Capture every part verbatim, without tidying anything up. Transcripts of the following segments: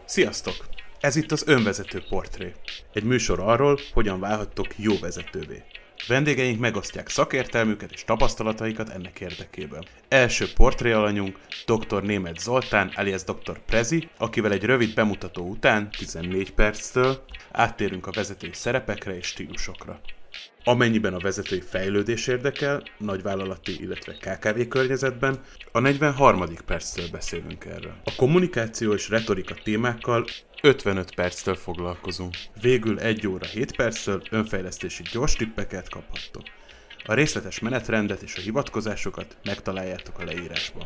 Sziasztok! Ez itt az Önvezető Portré. Egy műsor arról, hogyan válhattok jó vezetővé. Vendégeink megosztják szakértelmüket és tapasztalataikat ennek érdekében. Első portré alanyunk dr. Németh Zoltán, alias doktor Prezi, akivel egy rövid bemutató után, tizennégy perctől áttérünk a vezetői szerepekre és stílusokra. Amennyiben a vezetői fejlődés érdekel, nagyvállalati, illetve ká ká vé környezetben, a negyvenharmadik perctől beszélünk erről. A kommunikáció és retorika témákkal ötvenöt perctől foglalkozunk. Végül egy óra hét perctől önfejlesztési gyors tippeket kaphattok. A részletes menetrendet és a hivatkozásokat megtaláljátok a leírásban.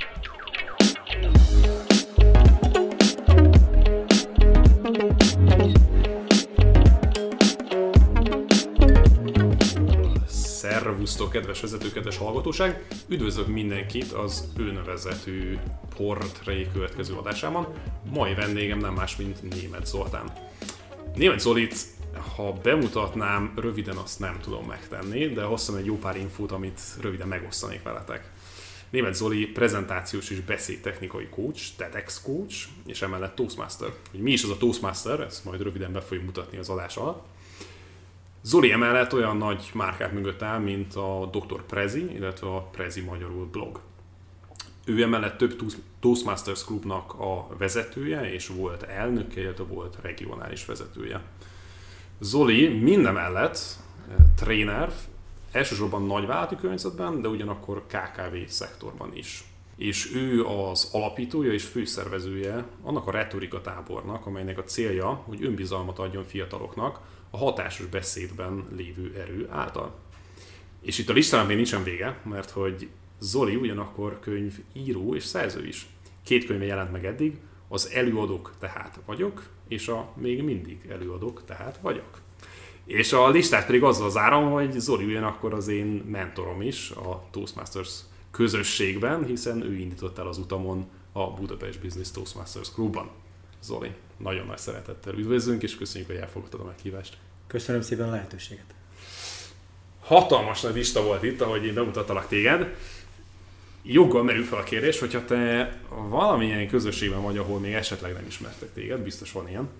Szervusztok, kedves vezető, kedves hallgatóság! Üdvözlök mindenkit az Önvezető Portré következő adásában. Mai vendégem nem más, mint Németh Zoltán. Németh Zolit, ha bemutatnám, röviden azt nem tudom megtenni, de hoztam egy jó pár infót, amit röviden megosztanék veletek. Németh Zoli prezentációs és beszédtechnikai coach, TEDx coach, és emellett Toastmaster. Hogy mi is az a Toastmaster, ezt majd röviden be fogjuk mutatni az adás alatt. Zoli emellett olyan nagy márkák mögött áll, mint a doktor Prezi, illetve a Prezi magyarul blog. Ő emellett több Toastmasters klubnak a vezetője, és volt elnöke, illetve volt regionális vezetője. Zoli mindemellett tréner, elsősorban nagyvállalati környezetben, de ugyanakkor ká ká vé szektorban is. És ő az alapítója és főszervezője annak a retorika tábornak, amelynek a célja, hogy önbizalmat adjon fiataloknak a hatásos beszédben lévő erő által. És itt a listának még nincsen vége, mert hogy Zoli ugyanakkor könyvíró és szerző is. Két könyve jelent meg eddig, az Előadok, tehát vagyok, és a Még mindig előadok, tehát vagyok. És a listát pedig azzal zárom, hogy Zoli ugyanakkor az én mentorom is a Toastmasters közösségben, hiszen ő indított el az utamon a Budapest Business Toastmasters Klubban. Zoli, nagyon nagy szeretettel üdvözlünk, és köszönjük, hogy elfogadtad a meghívást. Köszönöm szépen a lehetőséget. Hatalmas nagy lista volt itt, ahogy én bemutattalak téged. Joggal merül fel a kérdés, hogyha te valamilyen közösségben vagy, ahol még esetleg nem ismertek téged, biztos van ilyen,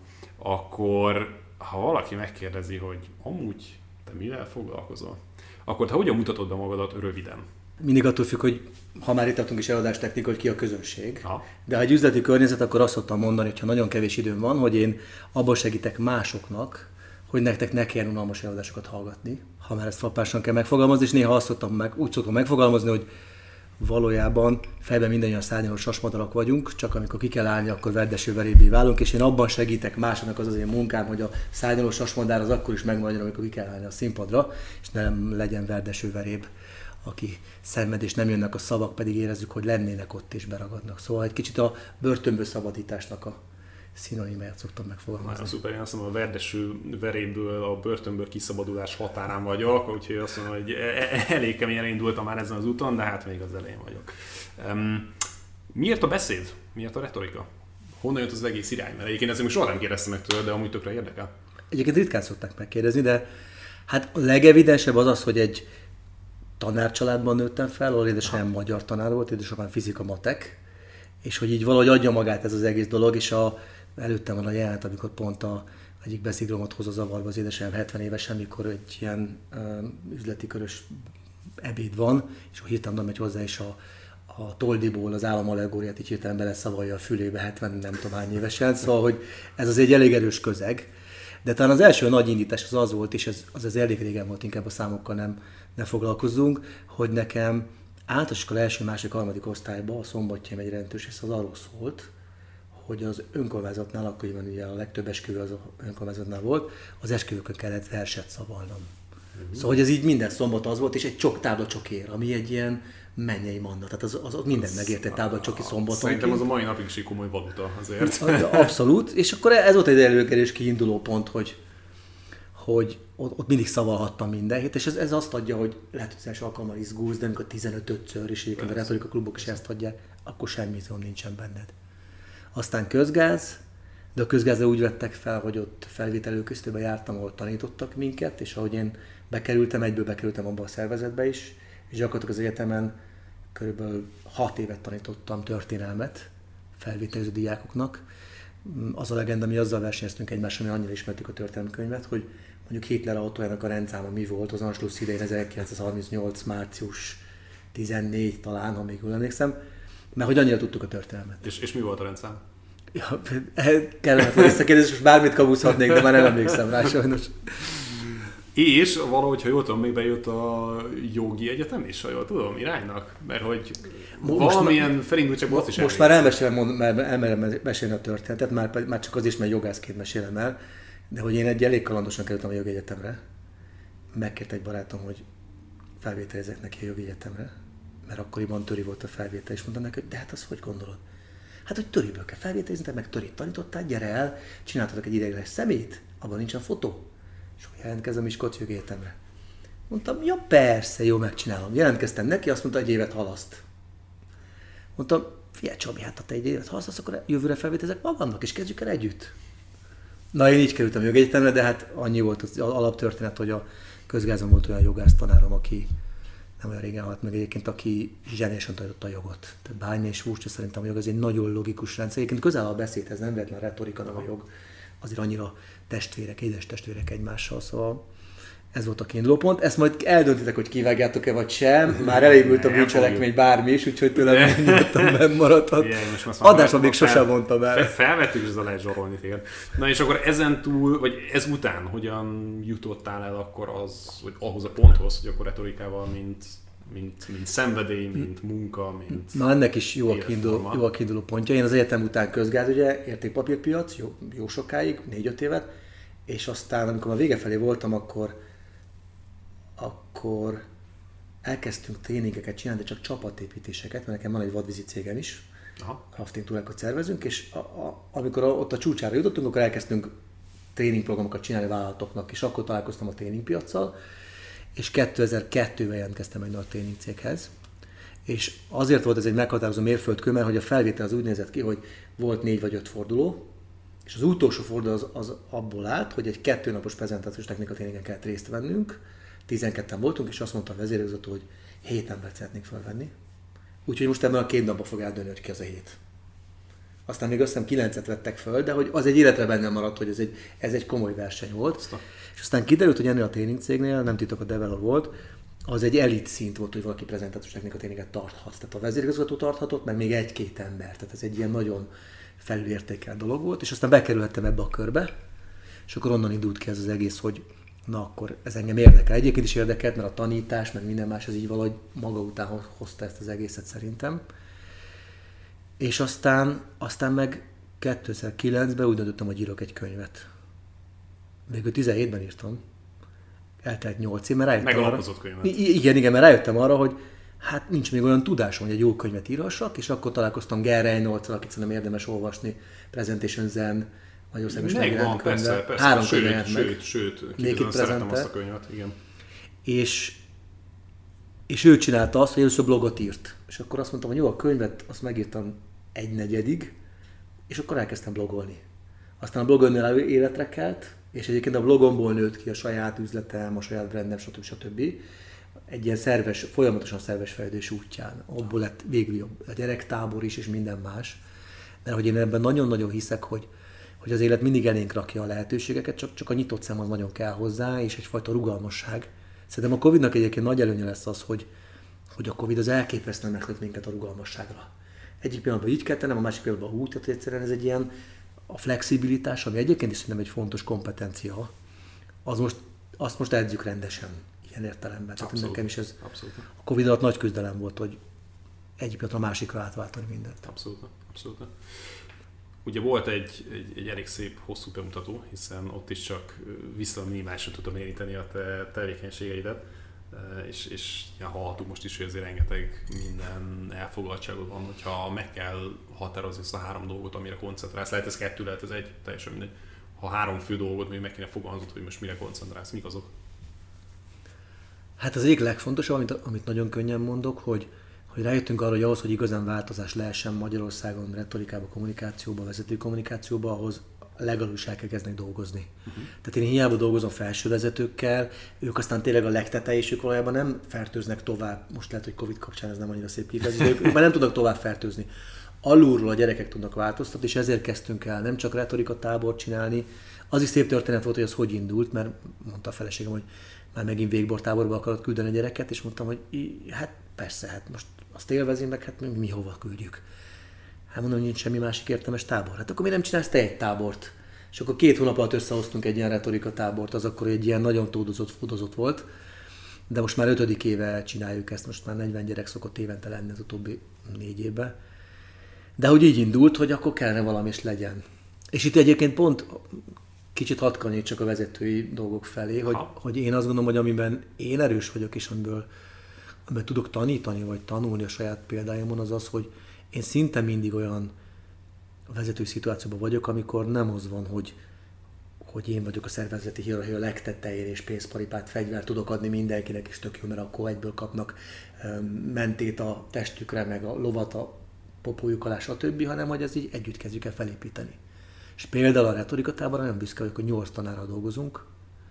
akkor ha valaki megkérdezi, hogy amúgy te mivel foglalkozol, akkor te hogyan mutatod be magadat röviden? Mindig attól függ, hogy ha már itt tartunk is eladástechnika, hogy ki a közönség. Ha. De ha egy üzleti környezet, akkor azt szoktam mondani, hogy ha nagyon kevés időm van, hogy én abban segítek másoknak, hogy nektek ne kelljen unalmas eladásokat hallgatni, ha már ezt frappásan kell megfogalmazni, és néha azt szoktam meg, úgy szoktam megfogalmazni, hogy valójában fejben mindannyian szárnyaló sasmadarak vagyunk, csak amikor ki kell állni, akkor verdesőverébbé válunk, és én abban segítek másoknak, az az én munkám, hogy a szárnyaló sasmadár az akkor is megmaradjon, amikor ki kell állni a színpadra, és nem legyen verdesőverébb, aki szenved és nem jönnek a szavak, pedig érezzük, hogy lennének ott és beragadnak. Szóval egy kicsit a börtönből szabadításnak a szinonimáját szoktam megfogalmazni. Már szuper, én azt mondom, a verdeső veréből, a börtönből kiszabadulás határán vagyok, úgyhogy azt mondom, hogy elég keményen indultam már ezen az úton, de hát még az elején vagyok. Um, miért a beszéd? Miért a retorika? Honnan jött az egész irány? Mert egyébként ezt még soha nem kérdeztem meg tőle, de amúgy tökre érdekel. Egyébként ritkán szokták megkérdezni, de hát a legevidensebb az az, hogy egy tanárcsaládban nőttem fel, ahol édesanyám magyar tanár volt, édesapám fizika matek, és hogy így valahogy adja magát ez az egész dolog, és a, előttem van a jelenet, amikor pont a egyik beszédromat hoz a zavarba az édesanyám hetven évesen, amikor egy ilyen um, üzleti körös ebéd van, és akkor hirtelen oda megy hozzá, és a, a Toldiból az államallegóriát így hirtelen beleszavalja a fülébe hetven nem tudom hány évesen, szóval hogy ez az egy elég erős közeg. De talán az első nagy indítás az az volt, és ez, az, az elég régen volt, inkább a számokkal nem, nem foglalkozzunk, hogy nekem általános iskola első, második, harmadik osztályban a Szombatjai megye jelentős része az arról szólt, hogy az önkormányzatnál, akkoriban ugye a legtöbb esküvő az önkormányzatnál volt, az esküvőkön kellett verset szavalnom. Uh-huh. Szóval hogy ez így minden szombat az volt, és egy csok tábla csokér, ami egy ilyen mennyei manna, tehát az, az, az minden megért egy tábla csoki szombaton. Szerintem az a mai napig is egy komoly valuta azért. Abszolút, és akkor ez volt egy előkerülés kiinduló pont, hogy hogy ott, ott mindig szavalhattam mindenhét, és ez, ez azt adja, hogy lehet, hogy az első alkalommal izgulsz, de amikor tizenöt-ötször, és egyébként a retorika klubok is ezt adják, akkor semmi izgalom nincsen benned. Aztán közgáz, de a közgázra úgy vettek fel, hogy ott felvételőkészítőben jártam, ahol tanítottak minket, és ahogy én bekerültem, egyből bekerültem abba a szervezetbe is, és gyakorlatilag az egyetemen körülbelül hat évet tanítottam történelmet felvételiző diákoknak, Az a legenda, mi azzal versenyeztünk egymással, mi annyira ismertük a történelmkönyvet, hogy mondjuk Hitler autójának a rendszáma mi volt az Anschluss idején ezerkilencszázharmincnyolc. március tizennégy talán, ha még jól emlékszem, mert hogy annyira tudtuk a történelmet. És, és mi volt a rendszám? Ja, kellett visszakérdés, most bármit kabuszhatnék, de már nem emlékszem rá sajnos. És valahogy, ha jól tudom, még bejött a jogi egyetem is, ha jól tudom, iránynak, mert hogy most valamilyen felindultságban azt is most már elmesélem, elmerem mesélni a történetet, már, már csak az is, mert jogászként mesélem el, de hogy én egy elég kalandosan kerültem a jogi egyetemre. Megkért egy barátom, hogy felvételezek neki a jogi egyetemre, mert akkoriban töri volt a felvétel, és mondtam neki, hogy de hát azt hogy gondolod? Hát, hogy töriből kell felvételizni, te meg törit tanítottál, gyere el, csináltatok egy ideiglenes szemét, abban nincsen fotó. És hogy jelentkezem Miskolc jogi egyetemre. Mondtam, ja persze, jó, megcsinálom. Jelentkeztem neki, azt mondta, egy évet halaszt. Mondtam, figyelj Csabi, hát ha te egy évet halasztasz, akkor jövőre felvételezek magamnak, és kezdjük el együtt. Na, én így kerültem a jogi egyetemre, de hát annyi volt az alaptörténet, hogy a közgázon volt olyan jogász tanárom, aki nem olyan régen halt meg egyébként, aki zseniálisan tanította a jogot. Tehát Bányi és Furcsa szerintem a jog az egy nagyon logikus rendszer. Egyébként közel a beszédhez, nem véletlen a retorika, nem a jog. Azért annyira testvérek, édes testvérek egymással, szóval ez volt a kiindulópont. Ezt majd eldöntitek, hogy kivágjátok-e vagy sem. Már elégült a bűncselekmény bármi is, úgyhogy tőlem nyugodtan bennmaradhat. Adásban még sosem mondtam el. Felvettük, és ezzel lehet zsarolni téged. Na és akkor ezen túl, vagy ez után hogyan jutottál el akkor az, vagy ahhoz a ponthoz, hogy akkor retorikával, mint, mint, mint szenvedély, mint munka, mint Na ennek is jó a, kiinduló, jó a kiinduló pontja. Én az egyetem után közgáz, ugye, értékpapírpiac, jó, jó sokáig, négy-öt évet, és aztán amikor a vége felé voltam, akkor akkor elkezdtünk tréningeket csinálni, de csak csapatépítéseket, mert nekem van egy vadvízi cégem is, Aha. rafting túrákat szervezünk, és a, a, amikor a, ott a csúcsára jutottunk, akkor elkezdtünk tréningprogramokat csinálni vállalatoknak, és akkor találkoztam a tréningpiaccal, és kétezer-kettőben jelentkeztem egy nagy tréningcéghez, és azért volt ez egy meghatározó mérföldkő, mert hogy a felvétel az úgy nézett ki, hogy volt négy vagy öt forduló, és az utolsó forduló az, az abból állt, hogy egy kettőnapos prezentációs technika tréningen kellett részt vennünk, tizenketten voltunk, és azt mondta a vezérigazgató, hogy hét embert szeretnénk felvenni. Úgyhogy most ebben a két napban fog eldőlni, hogy ki az a hét. Aztán még azt hiszem kilencet vettek föl, de hogy az egy életre bennem maradt, hogy ez egy, ez egy komoly verseny volt. Aztán. És aztán kiderült, hogy ennél a tréningcégnél, nem titok, a Develop volt, az egy elit szint volt, hogy valaki prezentációs technika tréninget tarthat. Tehát a vezérigazgató tarthatott, meg még egy-két ember. Tehát ez egy ilyen nagyon felülértékelt dolog volt, és aztán bekerülhettem ebbe a körbe, és akkor onnan indult ki ez az egész, hogy na akkor ez engem érdekel. Egyébként is érdekelt, mert a tanítás, meg minden más, az így valahogy maga után hozta ezt az egészet szerintem. És aztán, aztán meg kétezer-kilencben úgy döntöttem, hogy írok egy könyvet. Végül tizenhétben írtam. Eltelt nyolc év, mert rájöttem Megalapozott arra. könyvet. Igen, igen, mert rájöttem arra, hogy hát nincs még olyan tudásom, hogy egy jó könyvet írhassak, és akkor találkoztam Ger Reynolds-al, akit szerintem érdemes olvasni, Presentation Zen, Magyarországos megvan, persze, persze. Három sőt, könyvet sőt, meg. sőt, sőt, szerettem azt a könyvet, igen. És, és ő csinálta azt, hogy először blogot írt. És akkor azt mondtam, hogy jó, a könyvet azt megírtam egy negyedig, és akkor elkezdtem blogolni. Aztán a blogonnél életre kelt, és egyébként a blogomból nőtt ki a saját üzletem, a saját brandem, stb. stb. Egy ilyen szerves, folyamatosan szerves fejlődés útján. Abból lett végül a gyerektábor is, és minden más. Mert hogy én ebben nagyon-nagyon hiszek, hogy hogy az élet mindig elénk rakja a lehetőségeket, csak, csak a nyitott szem az nagyon kell hozzá, és egyfajta rugalmasság. Szerintem a Covidnak egyébként nagy előnye lesz az, hogy, hogy a Covid az elképesztően meglőtt minket a rugalmasságra. Egyik pillanatban így kell tennem, a másik pillanatban úgy, tehát egyszerűen ez egy ilyen a flexibilitás, ami egyébként is szerintem egy fontos kompetencia, az most, azt most edzjük rendesen, ilyen értelemben. Tehát nekem is ez abszolút. A Covid alatt nagy küzdelem volt, hogy egyik pillanatra a másikra átváltani mindent. Abszolút, abszolút. Ugye volt egy, egy, egy elég szép, hosszú bemutató, hiszen ott is csak viszonylag minimálisan tudtam érinteni a te tevékenységeidet, és, és ja, hallhatunk most is, hogy azért rengeteg minden elfoglaltságod van, hogyha meg kell határozni ezt a három dolgot, amire koncentrálsz. Lehet ez kettő, lehet ez egy, teljesen mindegy. Ha három fő dolgot még meg kéne fogalmazni, hogy most mire koncentrálsz, mik azok? Hát az egyik legfontosabb, amit, amit nagyon könnyen mondok, hogy hogy rájöttünk arra, hogy ahhoz, hogy igazán változás lehessen Magyarországon, retorikában, kommunikációban, vezető kommunikációban, ahhoz legalább el kell kezdeni dolgozni. Uh-huh. Tehát én hiába dolgozom felső vezetőkkel, ők aztán tényleg a legtetej, és ők valójában nem fertőznek tovább, most lehet, hogy Covid kapcsán ez nem annyira szép kifejezés, ők már nem tudnak tovább fertőzni. alulról a gyerekek tudnak változtatni, és ezért kezdtünk el nem csak retorika tábort csinálni. Az is szép történet volt, hogy az hogy indult, mert mondta a feleségem, hogy már megint végbortáborba akarod küldeni a gyereket, és mondtam, hogy hát persze, hát most azt élvezi, meg hát mi, mi hova küldjük. Hát mondom, hogy nincs semmi másik értelmes tábor. Hát akkor mi nem csinálsz te egy tábort? És akkor két hónap alatt összehoztunk egy ilyen retorika tábort, az akkor egy ilyen nagyon tódozott, fudozott volt. De most már ötödik éve csináljuk ezt, most már negyven gyerek szokott évente lenni az utóbbi négy évben. De hogy így indult, hogy akkor kellene valami is legyen. És itt egyébként pont kicsit hatkalnék csak a vezetői dolgok felé, hogy, hogy én azt gondolom, hogy amiben én erős vagyok, és amiből, amiből tudok tanítani, vagy tanulni a saját példáimon, az az, hogy én szinte mindig olyan vezetői szituációban vagyok, amikor nem az van, hogy, hogy én vagyok a szervezeti hierarchia legtetején, és pénzparipát, fegyvert tudok adni mindenkinek, és tök jó, mert akkor egyből kapnak mentét a testükre, meg a lovat a popójuk alá, stb., hanem hogy ez így együtt kezdjük el felépíteni. És például a retorika táborban nagyon büszke vagyok, hogy nyolc tanárral dolgozunk,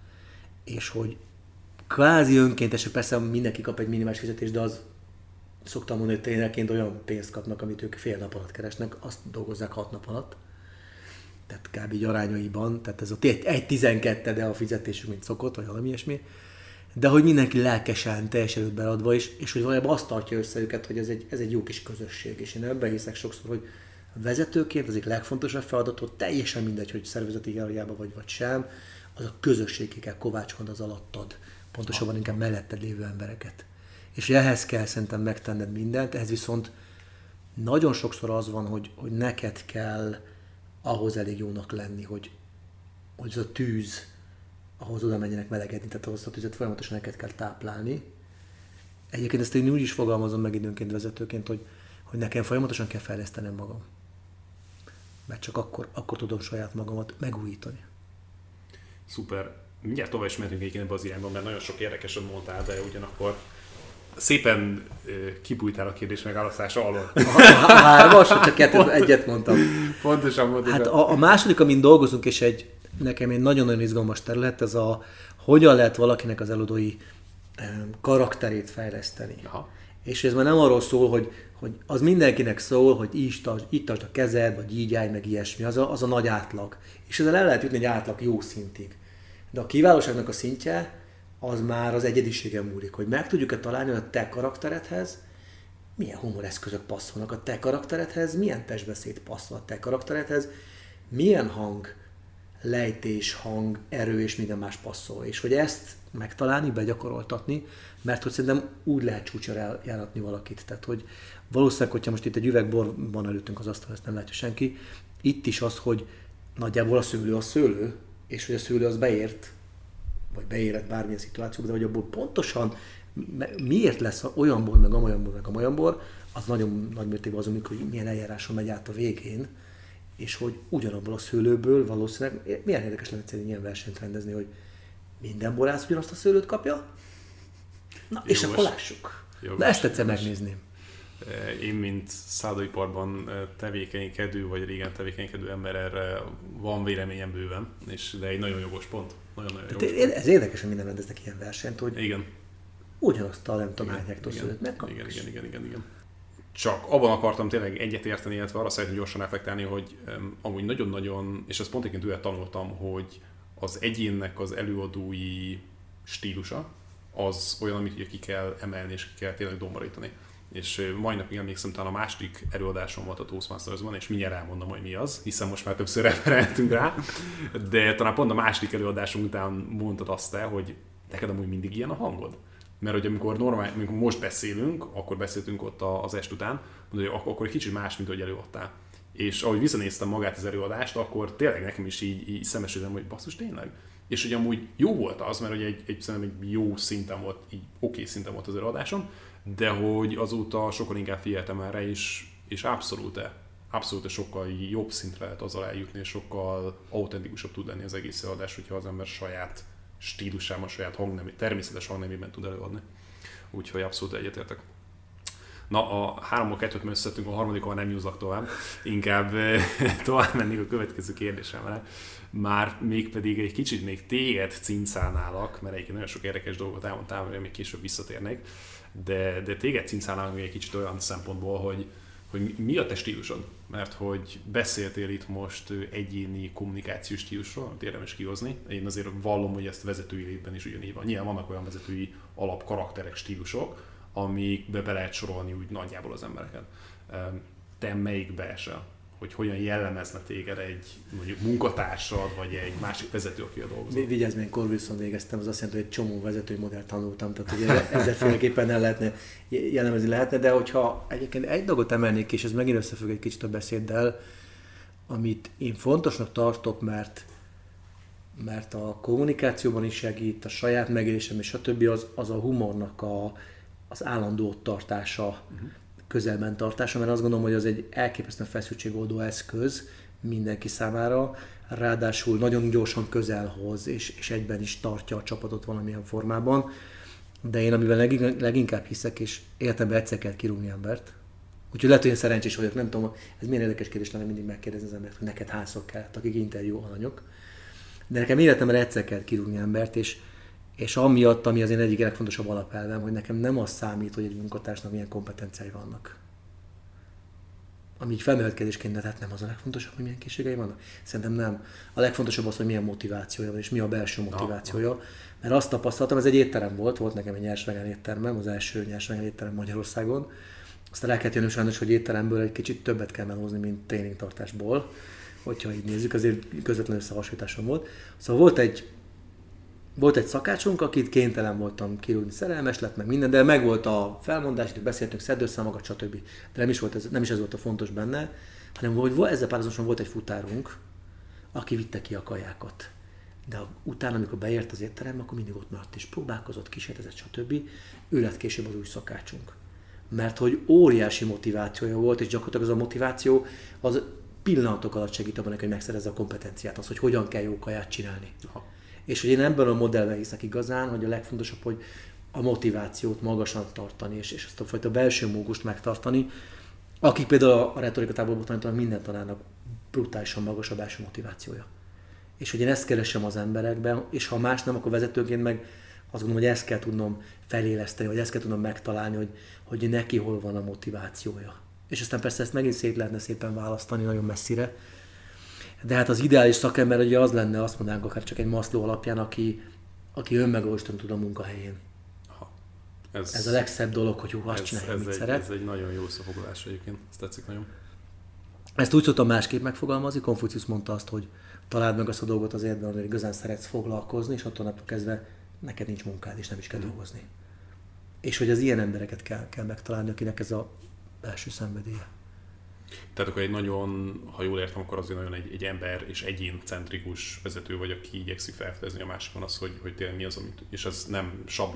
és hogy kvázi önkéntesek, persze mindenki kap egy minimális fizetést, de az szoktam mondani, hogy ténylegként olyan pénzt kapnak, amit ők fél nap alatt keresnek, azt dolgozzák hat nap alatt. Tehát kb. Így arányaiban, tehát ez a egy tizenkettő, de a fizetésük, mint szokott, vagy valami ilyesmi. De hogy mindenki lelkesen, teljes erőt beadva is, és hogy valójában azt tartja össze őket, hogy ez egy, ez egy jó kis közösség. És én ebben hiszek sokszor, hogy vezetőként az egyik legfontosabb feladat, hogy teljesen mindegy, hogy szervezeti hierarchiában vagy vagy sem, az a közösség, ki kell kovácsolni az alattad, pontosabban inkább melletted lévő embereket. És ehhez kell szerintem megtenned mindent, ehhez viszont nagyon sokszor az van, hogy, hogy neked kell ahhoz elég jónak lenni, hogy, hogy ez a tűz, ahhoz oda menjenek melegedni, tehát ahhoz a tüzet folyamatosan neked kell táplálni. Egyébként ezt én úgy is fogalmazom meg időnként vezetőként, hogy, hogy nekem folyamatosan kell fejlesztenem magam. Mert csak akkor, akkor tudom saját magamat megújítani. Szuper. Mindjárt tovább is mentünk egyébként ebbe az irányba, mert nagyon sok érdekesen mondtál, de ugyanakkor szépen uh, kibújtál a kérdés megválaszolása alól. Hármas, csak kettőt, egyet mondtam. Pontosan, pontosan. Hát a, a második, amin dolgozunk, és egy, nekem egy nagyon-nagyon izgalmas terület, ez a hogyan lehet valakinek az előadói um, karakterét fejleszteni. Aha. És ez már nem arról szól, hogy, hogy az mindenkinek szól, hogy így tartsd, így tartsd a kezed, vagy így állj, meg ilyesmi. Az a, az a nagy átlag. És ezzel el lehet jutni egy átlag jó szintig. De a kiválóságnak a szintje, az már az egyediségen múlik, hogy meg tudjuk-e találni, hogy a te karakteredhez milyen humoreszközök passzolnak a te karakteredhez, milyen testbeszéd passzol a te karakteredhez, milyen hang, lejtés, hang, erő és minden más passzol. És hogy ezt megtalálni, begyakoroltatni, mert hogy szerintem úgy lehet csúcsra járatni valakit. Tehát, hogy valószínűleg, hogyha most itt egy üvegbor van előttünk az asztalon, ezt nem látja senki, itt is az, hogy nagyjából a szőlő a szőlő, és hogy a szőlő az beért, vagy beérett bármilyen szituációban, de hogy abból pontosan miért lesz olyan bor, meg amolyan bor, meg amolyan bor, az nagyon nagy mértékben azon működik, hogy milyen eljáráson megy át a végén, és hogy ugyanabból a szőlőből valószínűleg, milyen érdekes lenne egyszerűen ilyen versenyt rendezni, hogy minden borász ugyanazt a szőlőt kapja? Na, és akkor lássuk. Na, ezt egyszer megnézni. Én, mint szállodaiparban tevékenykedő, vagy régen tevékenykedő ember, erre van véleményem bőven, és de egy nagyon jogos pont. Nagyon, nagyon jogos pont. Ez érdekes, hogy minden rendeznek ilyen versenyt, hogy igen. ugyanazt a nem tudom hány hektár szőlőt megkapnak. Igen, igen, igen, igen, igen. Csak abban akartam tényleg egyetérteni, illetve arra szeretném gyorsan effektálni, hogy um, amúgy nagyon-nagyon, és ezt pont egyébként tőle tanultam, hogy az egyénnek az előadói stílusa az olyan, amit ugye ki kell emelni, és ki kell tényleg domborítani. És mai napig emlékszem, talán a második előadásom volt a Toastmastersban, és mindjárt elmondom, hogy mi az, hiszen most már többször referáltunk rá, de talán pont a második előadásom után mondtad azt el, hogy neked amúgy mindig ilyen a hangod. Mert hogy amikor, normál, amikor most beszélünk, akkor beszéltünk ott az est után, hogy akkor egy kicsit más, mint hogy előadtál. És ahogy visszanéztem magát az előadást, akkor tényleg nekem is így, így szembesültem, hogy basszus tényleg. És hogy amúgy jó volt az, mert hogy egy, egy, egy jó szinten volt, így oké okay szinten volt az előadásom, de hogy azóta sokkal inkább figyeltem erre, és, és abszolút, abszolút sokkal jobb szintre lehet azzal eljutni, és sokkal autentikusabb tud lenni az egész előadás, hogyha az ember saját stílusában, saját hangnemű, természetes hangneműben tud előadni. Úgyhogy abszolút egyetértek. Na, a háromból kettőt összettünk, a harmadikon nem nyúzlak tovább. Inkább tovább mennék a következő kérdésemre. Már mégpedig egy kicsit még téged cincálnálak, mert egyébként nagyon sok érdekes dolgot elmondtál, amire még később visszatérnék. De, de téged cincálnálak még egy kicsit olyan szempontból, hogy, hogy mi a te stílusod? Mert hogy beszéltél itt most egyéni kommunikációs stílusról, amit érdemes kihozni. Én azért vallom, hogy ezt vezetői létben is ugyanígy van. Nyilván vannak olyan vezetői alapkarakterek, stílusok, amikbe be lehet sorolni úgy nagyjából az embereket. Te melyikbe esel? Hogy hogyan jellemezne téged egy mondjuk munkatársad, vagy egy másik vezető, aki a dolgozik? Vigyázz, én Corvilson végeztem, az azt jelenti, hogy egy csomó vezetői modellt tanultam, tehát ugye ezzel féleképpen el lehetne jellemezni lehetne, de hogyha egyébként egy dolgot emelnék, és ez megint összefügg egy kicsit a beszéddel, amit én fontosnak tartok, mert, mert a kommunikációban is segít, a saját megélésem és stb. Az, az a humornak a, az állandó ott tartása, uh-huh. közelben tartása, mert azt gondolom, hogy az egy elképesztően feszültségoldó eszköz mindenki számára, ráadásul nagyon gyorsan közel hoz, és, és egyben is tartja a csapatot valamilyen formában. De én amivel leginkább hiszek, és életemben egyszer kell kirúgni embert, úgyhogy lehet, hogy én szerencsés vagyok, nem tudom, ez milyen érdekes kérdés lenne mindig megkérdezni az embert, hogy neked hányszor kellett, akik interjú alanyok. De nekem életemben egyszer kell kirúgni embert, és És amiatt, ami az én egyik legfontosabb alapelvem, hogy nekem nem az számít, hogy egy munkatársnak milyen kompetenciái vannak. Ami így felmerült kérdésként, de hát nem az a legfontosabb, hogy milyen készségei vannak? Szerintem nem. A legfontosabb az, hogy milyen motivációja van, és mi a belső motivációja. Mert azt tapasztaltam, ez egy étterem volt, volt nekem egy nyersvegán éttermem, az első nyersvegán étterem Magyarországon. Aztán el kellett jönnöm sajnos, hogy étteremből egy kicsit többet kell melózni, mint tréningtartásból. Hogyha így nézzük, azért közvetlenül összehasonlításom volt. Szóval volt egy Volt egy szakácsunk, akit kénytelen voltam kirúgni, szerelmes lett, meg minden, de megvolt a felmondás, itt beszéltünk, szedd össze magad, stb. De nem is, volt ez, nem is ez volt a fontos benne, hanem hogy ezzel párhuzamosan volt egy futárunk, aki vitte ki a kajákat. De utána, amikor beért az étterembe, akkor mindig ott maradt és próbálkozott, kísérletezett, stb. Ő lett később az új szakácsunk. Mert hogy óriási motivációja volt, és gyakorlatilag az a motiváció az pillanatok alatt segít abban, hogy megszerezze a kompetenciát, az, hogy hogyan kell jó kaját csinálni. Aha. És hogy én ebből a modellben hiszek igazán, hogy a legfontosabb, hogy a motivációt magasan tartani, és, és ezt a fajta belső mógust megtartani, akik például a retorika táborban tanítanak, minden tanárnak brutálisan magas a belső motivációja. És hogy én ezt keresem az emberekben, és ha más nem, akkor vezetőként meg azt gondolom, hogy ezt kell tudnom feléleszteni, vagy ezt kell tudnom megtalálni, hogy, hogy neki hol van a motivációja. És aztán persze ezt megint szét lehetne szépen választani nagyon messzire. De hát az ideális szakember ugye az lenne, azt mondanánk akár csak egy Maslow alapján, aki, aki önmegvalósítani tud a munkahelyén. Aha. Ez, ez a legszebb dolog, hogy jó, azt csinálja, mit egy, szeret. Ez egy nagyon jó összefoglalás egyébként, ezt tetszik nagyon. Ezt úgy szoktam másképp megfogalmazni, Konfuciusz mondta azt, hogy találd meg azt a dolgot az életben, amivel igazán szeretsz foglalkozni, és attól naptól kezdve neked nincs munkád, és nem is kell mm. dolgozni. És hogy az ilyen embereket kell, kell megtalálni, akinek ez a belső szenvedélye. Tehát akkor egy nagyon, ha jól értem, akkor azért nagyon egy, egy ember és egyéncentrikus vezető vagy, aki igyekszik felfedezni a másikon az, hogy, hogy tényleg mi az, amit, és ez nem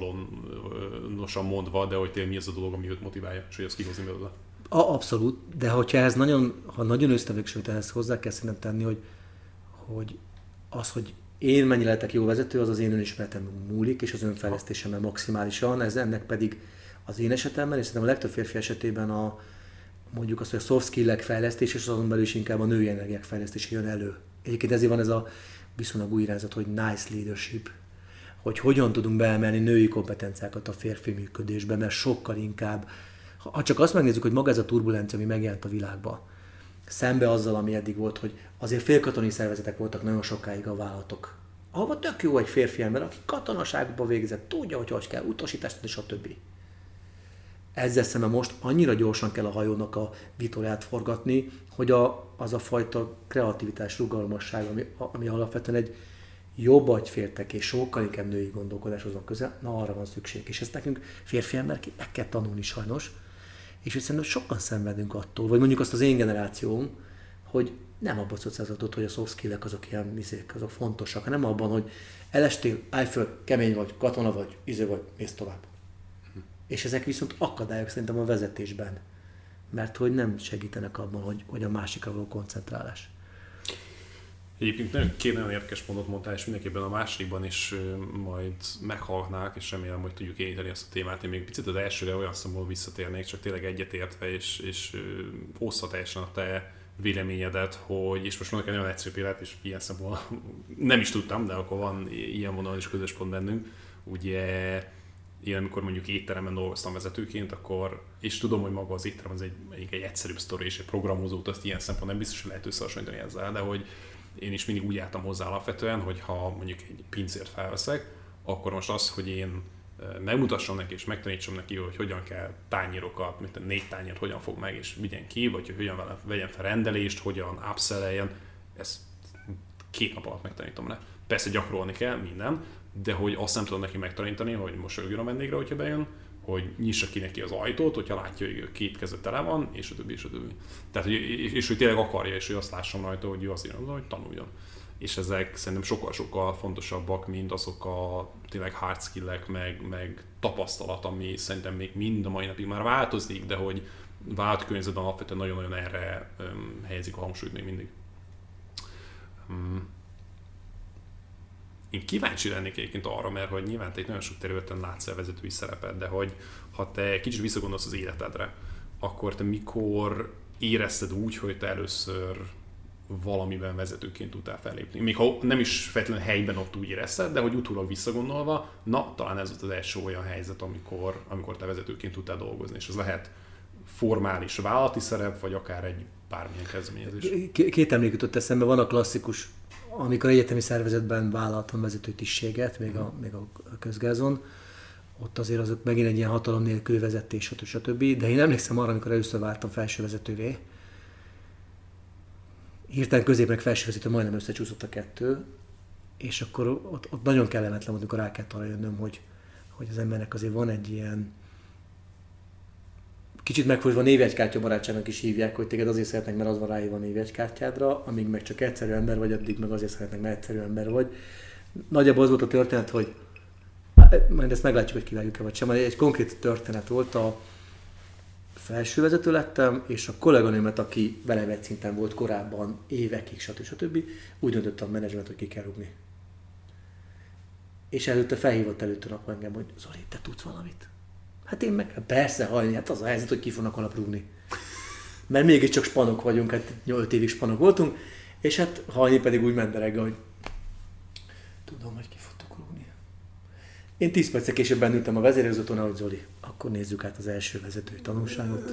sablonosan mondva, de hogy tényleg mi az a dolog, ami őt motiválja, és hogy azt kihozni belőle. Abszolút, de hogyha ez nagyon, ha nagyon ősztevőksőt ehhez hozzá kell szerintem tenni, hogy, hogy az, hogy én mennyire lehetek jó vezető, az az én önismeretem múlik, és az önfejlesztésemmel maximálisan, ez ennek pedig az én esetemben, és szerintem a legtöbb férfi esetében a mondjuk azt, hogy a soft skill-ek fejlesztés, és azon belül is inkább a női energiák fejlesztése jön elő. Egyébként ezért van ez a viszonylag új irányzat, hogy nice leadership, hogy hogyan tudunk beemelni női kompetenciákat a férfi működésbe, mert sokkal inkább, ha csak azt megnézzük, hogy maga ez a turbulencia, ami megjelent a világban, szembe azzal, ami eddig volt, hogy azért félkatonai szervezetek voltak nagyon sokáig a vállalatok, ahova tök jó egy férfi ember, aki katonaságba végzett, tudja, hogy hogy kell utasítást adni, stb. Ezzel szemben most annyira gyorsan kell a hajónak a vitorját forgatni, hogy a, az a fajta kreativitás, rugalmasság, ami, ami alapvetően egy jobb agyféltek és sokkal inkább női gondolkodáshoz van közel, na arra van szükség. És ezt nekünk férfi emberként meg kell tanulni sajnos. És hogy szerintem sokan szenvedünk attól, vagy mondjuk azt az én generációm, hogy nem abban szocializátott, hogy a soft skill-ek azok ilyen mizék, azok fontosak, hanem abban, hogy elestél, állj föl, kemény vagy, katona vagy, izé vagy, mész tovább. És ezek viszont akadályok szerintem a vezetésben, mert hogy nem segítenek abban, hogy, hogy a másikra való koncentrálás. Egyébként nagyon két nagyon érdekes pontot mondtál, és mindenképpen a másodikban is majd meghallgatnák, és remélem, hogy tudjuk érteni ezt a témát. Én még picit az elsőre olyan szempontból visszatérnék, csak tényleg egyetértve, és, és osztva teljesen a te véleményedet, hogy, és most mondok egy nagyon egyszerű példát, és ilyen szempontból nem is tudtam, de akkor van ilyen vonalon is közös pont bennünk. Ugye én amikor mondjuk étteremben dolgoztam vezetőként, akkor, és tudom, hogy maga az étterem az egy, egy, egy egyszerűbb sztori, és egy programozót azt ilyen szempontból nem biztos, hogy lehet összehasonlítani ezzel, de hogy én is mindig úgy álltam hozzá alapvetően, hogy ha mondjuk egy pincért felveszek, akkor most az, hogy én megmutassam neki és megtanítsam neki, hogy hogyan kell tányérokat, mint a négy tányért hogyan fog meg és vigyen ki, vagy hogy hogyan vegyen fel rendelést, hogyan upsell-eljen, ezt két nap alatt megtanítom le. Persze gyakorolni kell, minden, de hogy azt nem tudom neki megtanítani, hogy mosolyogjon a vendégre, hogyha bejön, hogy nyissa ki neki az ajtót, hogyha látja, hogy két keze tele van, és a többi, és a többi. Tehát, hogy, és, és hogy tényleg akarja, és hogy azt lássam rajta, hogy ő azt írja, hogy tanuljon. És ezek szerintem sokkal-sokkal fontosabbak, mint azok a tényleg hard skill-ek, meg, meg tapasztalat, ami szerintem még mind a mai napig már változik, de hogy vált környezetben alapvetően nagyon-nagyon erre um, helyezik a hangsúlyt még mindig. Um, Én kíváncsi lennék egyébként arra, mert hogy nyilván te egy nagyon sok területen látsz el vezetői szerepet, de hogy ha te kicsit visszagondolsz az életedre, akkor te mikor érezted úgy, hogy te először valamiben vezetőként tudtál fellépni? Még ha nem is feltétlenül helyben ott úgy érezted, de hogy utólag visszagondolva, na, talán ez volt az első olyan helyzet, amikor, amikor te vezetőként tudtál dolgozni, és ez lehet formális vállalati szerep, vagy akár egy bármilyen kezdeményezés. Két emlék jutott eszembe, van a klasszikus, amikor egyetemi szervezetben vállaltam vezető tisztséget, még a, még a közgázon, ott azért azok megint egy ilyen hatalom nélküli vezetés, stb. stb. De én emlékszem arra, amikor először váltam felsővezetővé, hirtelen közép meg felsővezető, majdnem összecsúszott a kettő, és akkor ott, ott nagyon kellemetlen volt, amikor rá kellett arra jönnöm, hogy, hogy az embernek azért van egy ilyen kicsit megfolytva névjegykártya barátságnak is hívják, hogy téged azért szeretnek, mert az van ráírva a névjegykártyádra, amíg meg csak egyszerű ember vagy, addig meg azért szeretnek, mert egyszerű ember vagy. Nagyjából az volt a történet, hogy majd ezt meglátjuk, hogy kivágjuk-e vagy sem, egy konkrét történet volt, a felsővezető lettem, és a kolléganőmet, aki velem egy szinten volt korábban évekig, stb. stb. Úgy döntött a menedzsment, hogy ki kell rúgni. És előtte felhívott előtte nap engem, hogy Zoli, te tudsz valamit? Hát én meg, persze, hajni, hát az a helyzet, hogy ki fognak holnap rúgni. Mert mégiscsak spanok vagyunk, hát öt évig spanok voltunk, és hát hajni pedig úgy ment reggel, hogy tudom, hogy ki fogtok rúgni. Én tíz perccel később bennültem a vezérigazgatónál, hogy Zoli, akkor nézzük át az első vezetői tanulságot.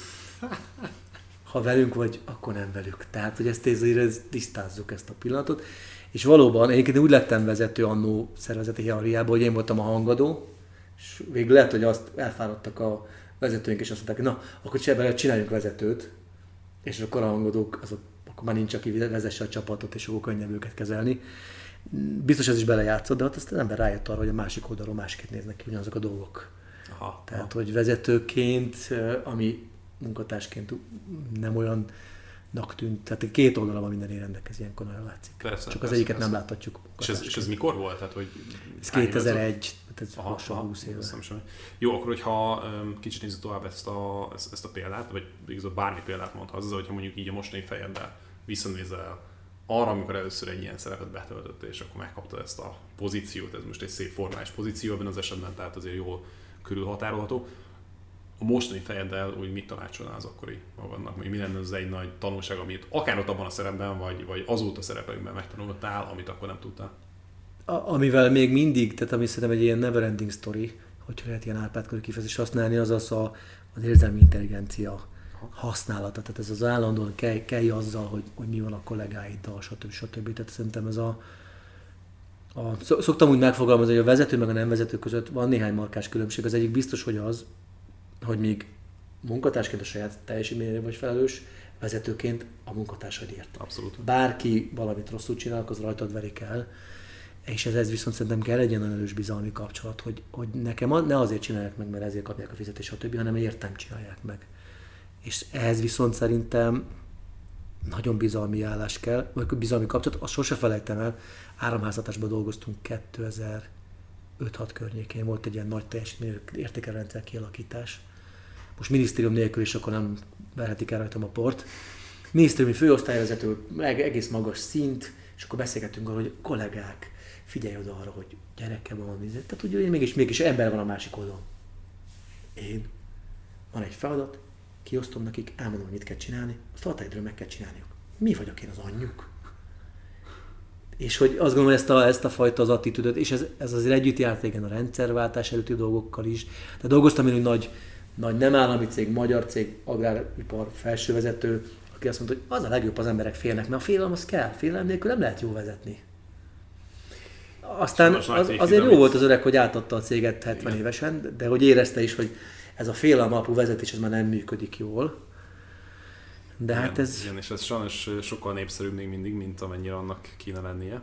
Ha velünk vagy, akkor nem velük. Tehát, hogy ezt ezért tisztázzuk ezt a pillanatot. És valóban, egyébként úgy lettem vezető annó szervezeti hierarchiában, hogy én voltam a hangadó, és végül lehet, hogy azt elfáradtak a vezetőink, és azt mondták, hogy na, akkor csináljuk, csináljunk vezetőt, és akkor a hangadók, azok, akkor már nincs, aki vezesse a csapatot, és akkor könnyebb őket kezelni. Biztos ez is belejátszott, de hát azt az ember rájött arra, hogy a másik oldalról másképp néznek ki ugyanazok a dolgok. Aha, Tehát, aha. hogy vezetőként, ami munkatársként nem olyannak tűnt, tehát két oldala van minden rendelkezik, ilyenkor nagyon látszik. Persze, Csak persze, az egyiket persze. nem láthatjuk. És ez, és ez mikor volt? Tehát, hogy ez kétezer-egy, tehát ez lassan húsz éve. Jó, akkor hogyha um, kicsit nézzük tovább ezt a, ezt, ezt a példát, vagy igazából bármi példát mondhatsz, hogyha mondjuk így a mostani fejeddel visszanézel arra, amikor először egy ilyen szerepet betöltöttél, és akkor megkaptad ezt a pozíciót, ez most egy szép formális pozíció ebben az esetben, tehát azért jól körülhatárolható. A mostani fejeddel úgy mit tanácsolnál az akkori magadnak? Mi lenne az egy nagy tanulság, amit akár ott abban a szerepben, vagy, vagy azóta szerepekben megtanultál, amit akkor nem tudtál? A, amivel még mindig, tehát ami szerintem egy ilyen never ending story, hogyha lehet ilyen árpátkörű kifejezést használni, az az a, az érzelmi intelligencia használata. Tehát ez az állandóan kelj, kelj azzal, hogy, hogy mi van a kollégáiddal, stb. stb. Tehát szerintem ez a, a... Szoktam úgy megfogalmazni, hogy a vezető meg a nem vezető között van néhány markás különbség. Az egyik biztos, hogy az, hogy még munkatársként a saját teljesítményére vagy felelős, vezetőként a munkatársaidért. Abszolút. Bárki valamit rosszul csinál, az rajtad verik el. És ez, ez viszont szerintem kell egy ilyen nagyon erős bizalmi kapcsolat, hogy, hogy nekem ne azért csinálják meg, mert ezért kapják a fizetést, stb., hanem értem csinálják meg. És ehhez viszont szerintem nagyon bizalmi állás kell, vagy bizalmi kapcsolat, azt sose felejtem el, áramháztartásban dolgoztunk kétezer-öt-hat környékén, volt egy ilyen nagy teljesítmény értékelőrendszer kialakítás. Most minisztérium nélkül is akkor nem verhetik el rajtam a port. Minisztériumi főosztályvezető, egész magas szint, és akkor beszélgetünk arról, hogy kollégák, figyelj oda arra, hogy gyereke van, tehát ugye mégis, mégis ember van a másik oldalon. Én, van egy feladat, kiosztom nekik, elmondom, hogy mit kell csinálni, azt határidőre meg kell csinálniuk. Mi vagyok én az anyjuk? És hogy azt gondolom, hogy ezt a, ezt a fajta az attitűdöt, és ez, ez azért együtt járt igen a rendszerváltás előtti dolgokkal is. Tehát dolgoztam én, hogy nagy, nagy nem állami cég, magyar cég, agráripar felsővezető, aki azt mondta, hogy az a legjobb, az emberek félnek, mert a félelem az kell, félelem nélkül nem lehet jól vezetni. Aztán az, azért jó volt az öreg, hogy átadta a céget hetven igen. évesen, de hogy érezte is, hogy ez a félelem alapú vezetés ez már nem működik jól. De igen, hát ez... Igen, és ez sajnos sokkal népszerűbb még mindig, mint amennyire annak kéne lennie.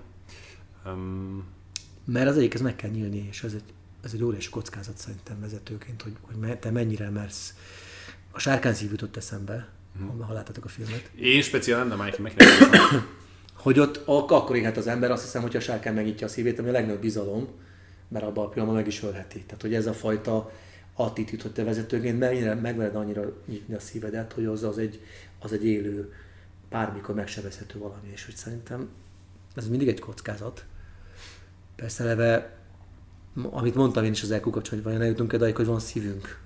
Um... Mert az egyik, ez meg kell nyílni, és ez egy, ez egy óriási kockázat szerintem vezetőként, hogy, hogy te mennyire mersz. A Sárkányszív jutott eszembe, hmm. ha láttatok a filmet. Én speciál nem, de Mike megkérdezem. Hogy ott akkor éghet az ember, azt hiszem, hogy a sárkány megnyitja a szívét, ami a legnagyobb bizalom, mert abban a pillanatban meg is ölheti. Tehát, hogy ez a fajta attitűd, hogy te vezetőként mennyire megvered annyira nyitni a szívedet, hogy az, az, egy, az egy élő, bármikor megsebezhető valami. És hogy szerintem ez mindig egy kockázat. Persze eleve, amit mondtam én is az é kú kapcsolatban, hogy vajon eljutunk odáig, hogy van szívünk.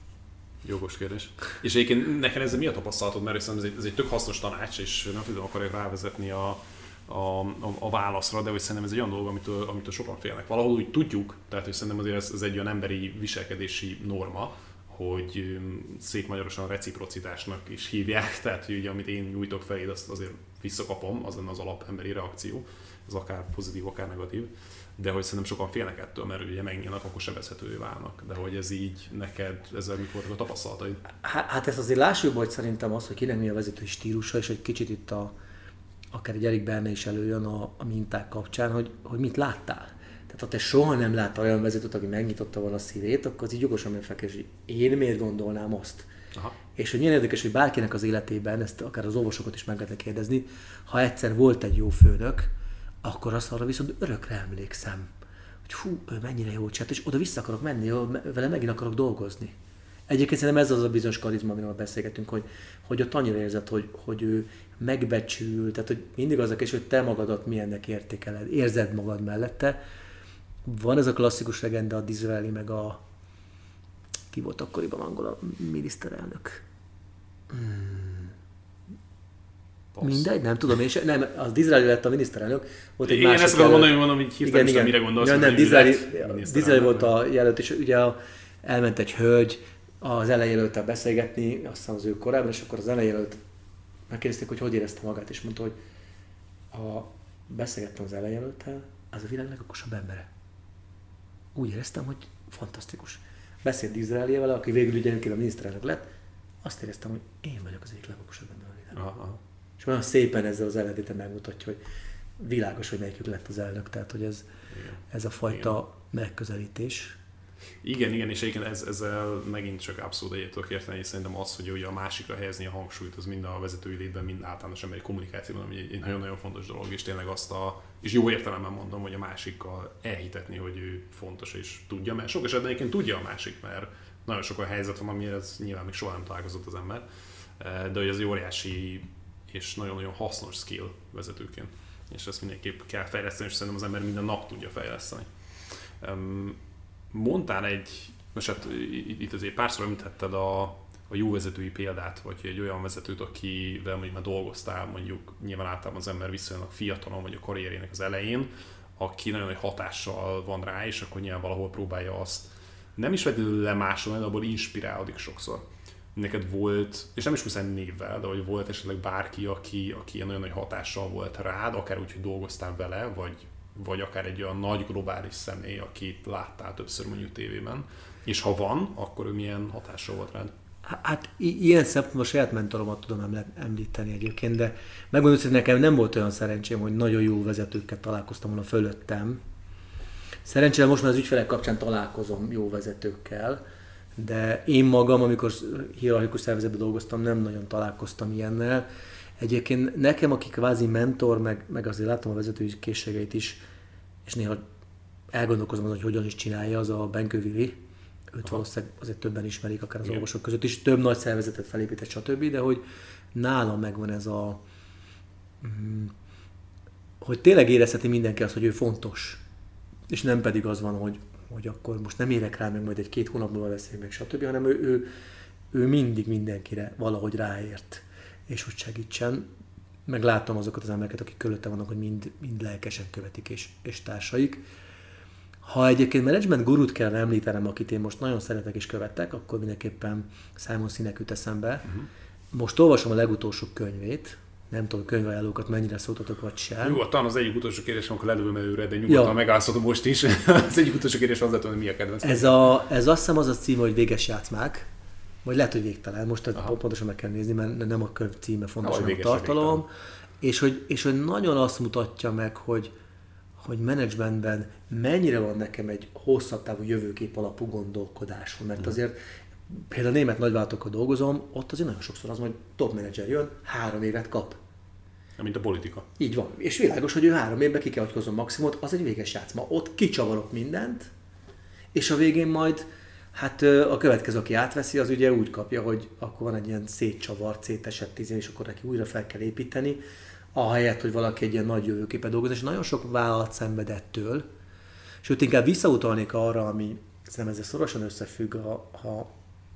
Jogos kérdés. És egyébként nekem ezzel mi a tapasztalatod, mert ez egy, ez egy tök hasznos tanács, és nem tudom akarok rávezetni a, a, a, a válaszra, de hogy szerintem ez egy olyan dolog, amitől, amitől sokan félnek. Valahol úgy tudjuk, tehát hogy szerintem azért ez, ez egy olyan emberi viselkedési norma, hogy szép magyarosan reciprocitásnak is hívják, tehát hogy ugye, amit én nyújtok feléd, azt azért visszakapom, az lenne az alap emberi reakció, az akár pozitív, akár negatív. De hogy szerintem sokan félnek ettől, mert ugye megnyílnak, akkor sebezhetővé válnak. De hogy ez így neked, ezzel mik voltak a tapasztalataid? Hát ezt azért lássuk, hogy szerintem az, hogy kinek mi a vezetői stílusa, és egy kicsit itt a, akár egy Erik Berne is előjön a, a minták kapcsán, hogy, hogy mit láttál. Tehát ha te soha nem láttál olyan vezetőt, aki megnyitotta volna a szívét, akkor az így jogosan megfekvés, hogy én miért gondolnám azt. Aha. És hogy milyen érdekes, hogy bárkinek az életében, ezt akár az orvosokat is meg lehetne kérdezni, ha egyszer volt egy jó főnök, akkor azt arra viszont örökre emlékszem, hogy hú, ő mennyire jól csinált, és oda vissza akarok menni, vele megint akarok dolgozni. Egyébként szerintem ez az a bizonyos karizma, amiről beszélgetünk, hogy, hogy ott annyira érzed, hogy, hogy ő megbecsül, tehát hogy mindig az a kérdés, hogy te magadat milyennek értékeled, érzed magad mellette. Van ez a klasszikus legenda, a Disraeli, meg a... Ki volt akkoriban angol a miniszterelnök? Hmm. Mindegy, nem tudom, és nem, az Disraeli lett a miniszterelnök. Volt egy igen, másik ezt akarom mondani, hogy mondom, hogy hirtelen is mire gondolsz. Ja, nem, Disraeli volt a jelölt, és ugye a, elment egy hölgy az ellenjelölttel beszélgetni, aztán az ő korábban, és akkor az ellenjelölt megkérdezték, hogy hogy érezte magát, és mondta, hogy ha beszélgettem az ellenjelölttel, az a világ legokosabb embere. Úgy éreztem, hogy fantasztikus. Beszélt Disraelivel, aki végül ugye a miniszterelnök lett, azt éreztem, hogy én vagyok az egyik legokosabb ember a világon. Aha. És olyan szépen ezzel az ellentéten megmutatja, hogy világos, hogy melyikük lett az elnök, tehát hogy ez, ez a fajta igen. megközelítés. Igen, igen, és egyébként ez, ezzel megint csak abszolút egyet tudok érteni, és szerintem az, hogy ugye a másikra helyezni a hangsúlyt, az mind a vezetői létben, mind általános emberi kommunikációban, ami egy nagyon-nagyon fontos dolog, és tényleg azt a, és jó értelemben mondom, hogy a másikkal elhitetni, hogy ő fontos és tudja, mert sok esetben egyébként tudja a másik, mert nagyon sok olyan helyzet van, amire ez nyilván még soha nem találkozott az ember, de hogy ez egy óriási és nagyon-nagyon hasznos skill vezetőként, és ezt mindenképp kell fejleszteni, és szerintem az ember minden nap tudja fejleszteni. Mondtál egy, most hát itt azért párszor említetted a, a jó vezetői példát, vagy egy olyan vezetőt, akivel mondjuk már dolgoztál, mondjuk nyilván általában az ember viszonylag fiatalon, vagy a karrierjének az elején, aki nagyon nagy hatással van rá, és akkor nyilván valahol próbálja azt nem is feltétlenül lemásolni, de abból inspirálódik sokszor. Neked volt, és nem is muszáj névvel, de hogy volt esetleg bárki, aki, aki ilyen nagyon nagy hatással volt rád, akár úgy, hogy dolgoztál vele, vagy, vagy akár egy olyan nagy globális személy, akit láttál többször mondjuk tévében, és ha van, akkor ő milyen hatással volt rád? Hát i- ilyen szempontból a saját mentoromat tudom említeni egyébként, de megmondom, hogy nekem nem volt olyan szerencsém, hogy nagyon jó vezetőkkel találkoztam volna fölöttem. Szerencsére most már az ügyfelek kapcsán találkozom jó vezetőkkel, de én magam, amikor hierarchikus szervezetben dolgoztam, nem nagyon találkoztam ilyennel. Egyébként nekem, aki kvázi mentor, meg, meg azért látom a vezetői készségeit is, és néha elgondolkozom azon, hogy hogyan is csinálja, az a Benkő Vili. Őt valószínűleg azért többen ismerik, akár az igen. orvosok között is, több nagy szervezetet felépített, stb., de hogy nálam megvan ez a... hogy tényleg érezheti mindenki azt, hogy ő fontos. És nem pedig az van, hogy, hogy akkor most nem érek rá, meg majd egy-két hónap múlva beszélünk meg, stb., hanem ő, ő, ő mindig mindenkire valahogy ráért, és hogy segítsen. meg látom azokat az embereket, akik körülötte vannak, hogy mind, mind lelkesen követik és, és társaik. Ha egyébként management gurút kell említenem, akit én most nagyon szeretek és követek, akkor mindenképpen Simon Sinek jut eszembe. Uh-huh. Most olvasom a legutolsó könyvét, nem tudom, könyvajánlókat mennyire szóltatok, vagy sem. Nyugodtan az egyik utolsó kérdés, amikor lelövöm előre, de nyugodtan ja. megállszhatom most is. Az egyik utolsó kérdés az lett, hogy mi a kedvenc. Ez, a, ez azt hiszem az a címe, hogy Véges játszmák, vagy lehet, hogy végtelen. Most Aha. pontosan meg kell nézni, mert nem a könyv címe fontos, hanem a tartalom. És hogy, és hogy nagyon azt mutatja meg, hogy, hogy menedzsmentben mennyire van nekem egy hosszabb távú jövőkép alapú gondolkodásom. Mert azért például német nagyvállalatokkal dolgozom, ott azért nagyon sokszor az, hogy top menedzser jön, három évet kap. Mint a politika. Így van. És világos, hogy ő három évben ki kell hagykozzon maximumot, az egy véges játszma. Ott kicsavarok mindent, és a végén majd hát a következő, aki átveszi, az ugye úgy kapja, hogy akkor van egy ilyen szétcsavart, szétesett tíz év, és akkor neki újra fel kell építeni, ahelyett, hogy valaki egy ilyen nagy jövőképet dolgozik, és nagyon sok vállalat szenvedettől. Sőt, inkább visszautalnék arra, ami szerintem ezzel szorosan összefügg, a, a,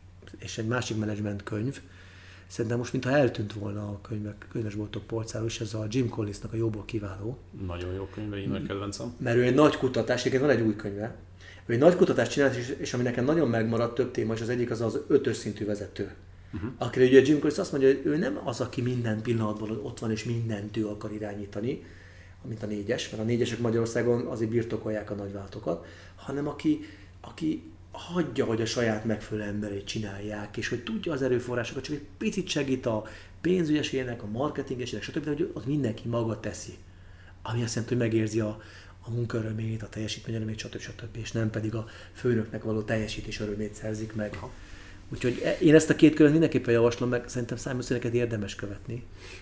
és egy másik menedzsment könyv. Szerintem most mintha eltűnt volna a könyvek, könyvesboltok polcáról, és ez a Jim Collinsnak a Jóból kiváló. Nagyon jó könyve, én nagy kedvencem. Mert ő egy nagy kutatás, egyébként van egy új könyve, ő egy nagy kutatást csinált, és, és ami nekem nagyon megmaradt több téma, és az egyik az az ötös szintű vezető. Uh-huh. Akire ugye Jim Collins azt mondja, hogy ő nem az, aki minden pillanatban ott van, és mindent ő akar irányítani, mint a négyes, mert a négyesek Magyarországon azért birtokolják a nagyvállalatokat, hanem aki, aki hagyja, hogy a saját megfelelő emberét csinálják, és hogy tudja az erőforrásokat, csak egy picit segít a pénzügyesének, a marketingesének, stb., de hogy ott mindenki maga teszi. Ami azt jelenti, hogy megérzi a, a munkaörömét, a teljesítmény örömét, stb., stb., és nem pedig a főnöknek való teljesítés örömét szerzik meg. Aha. Úgyhogy én ezt a két követ mindenképpen javaslom, meg szerintem Simon Sineket érdemes követni.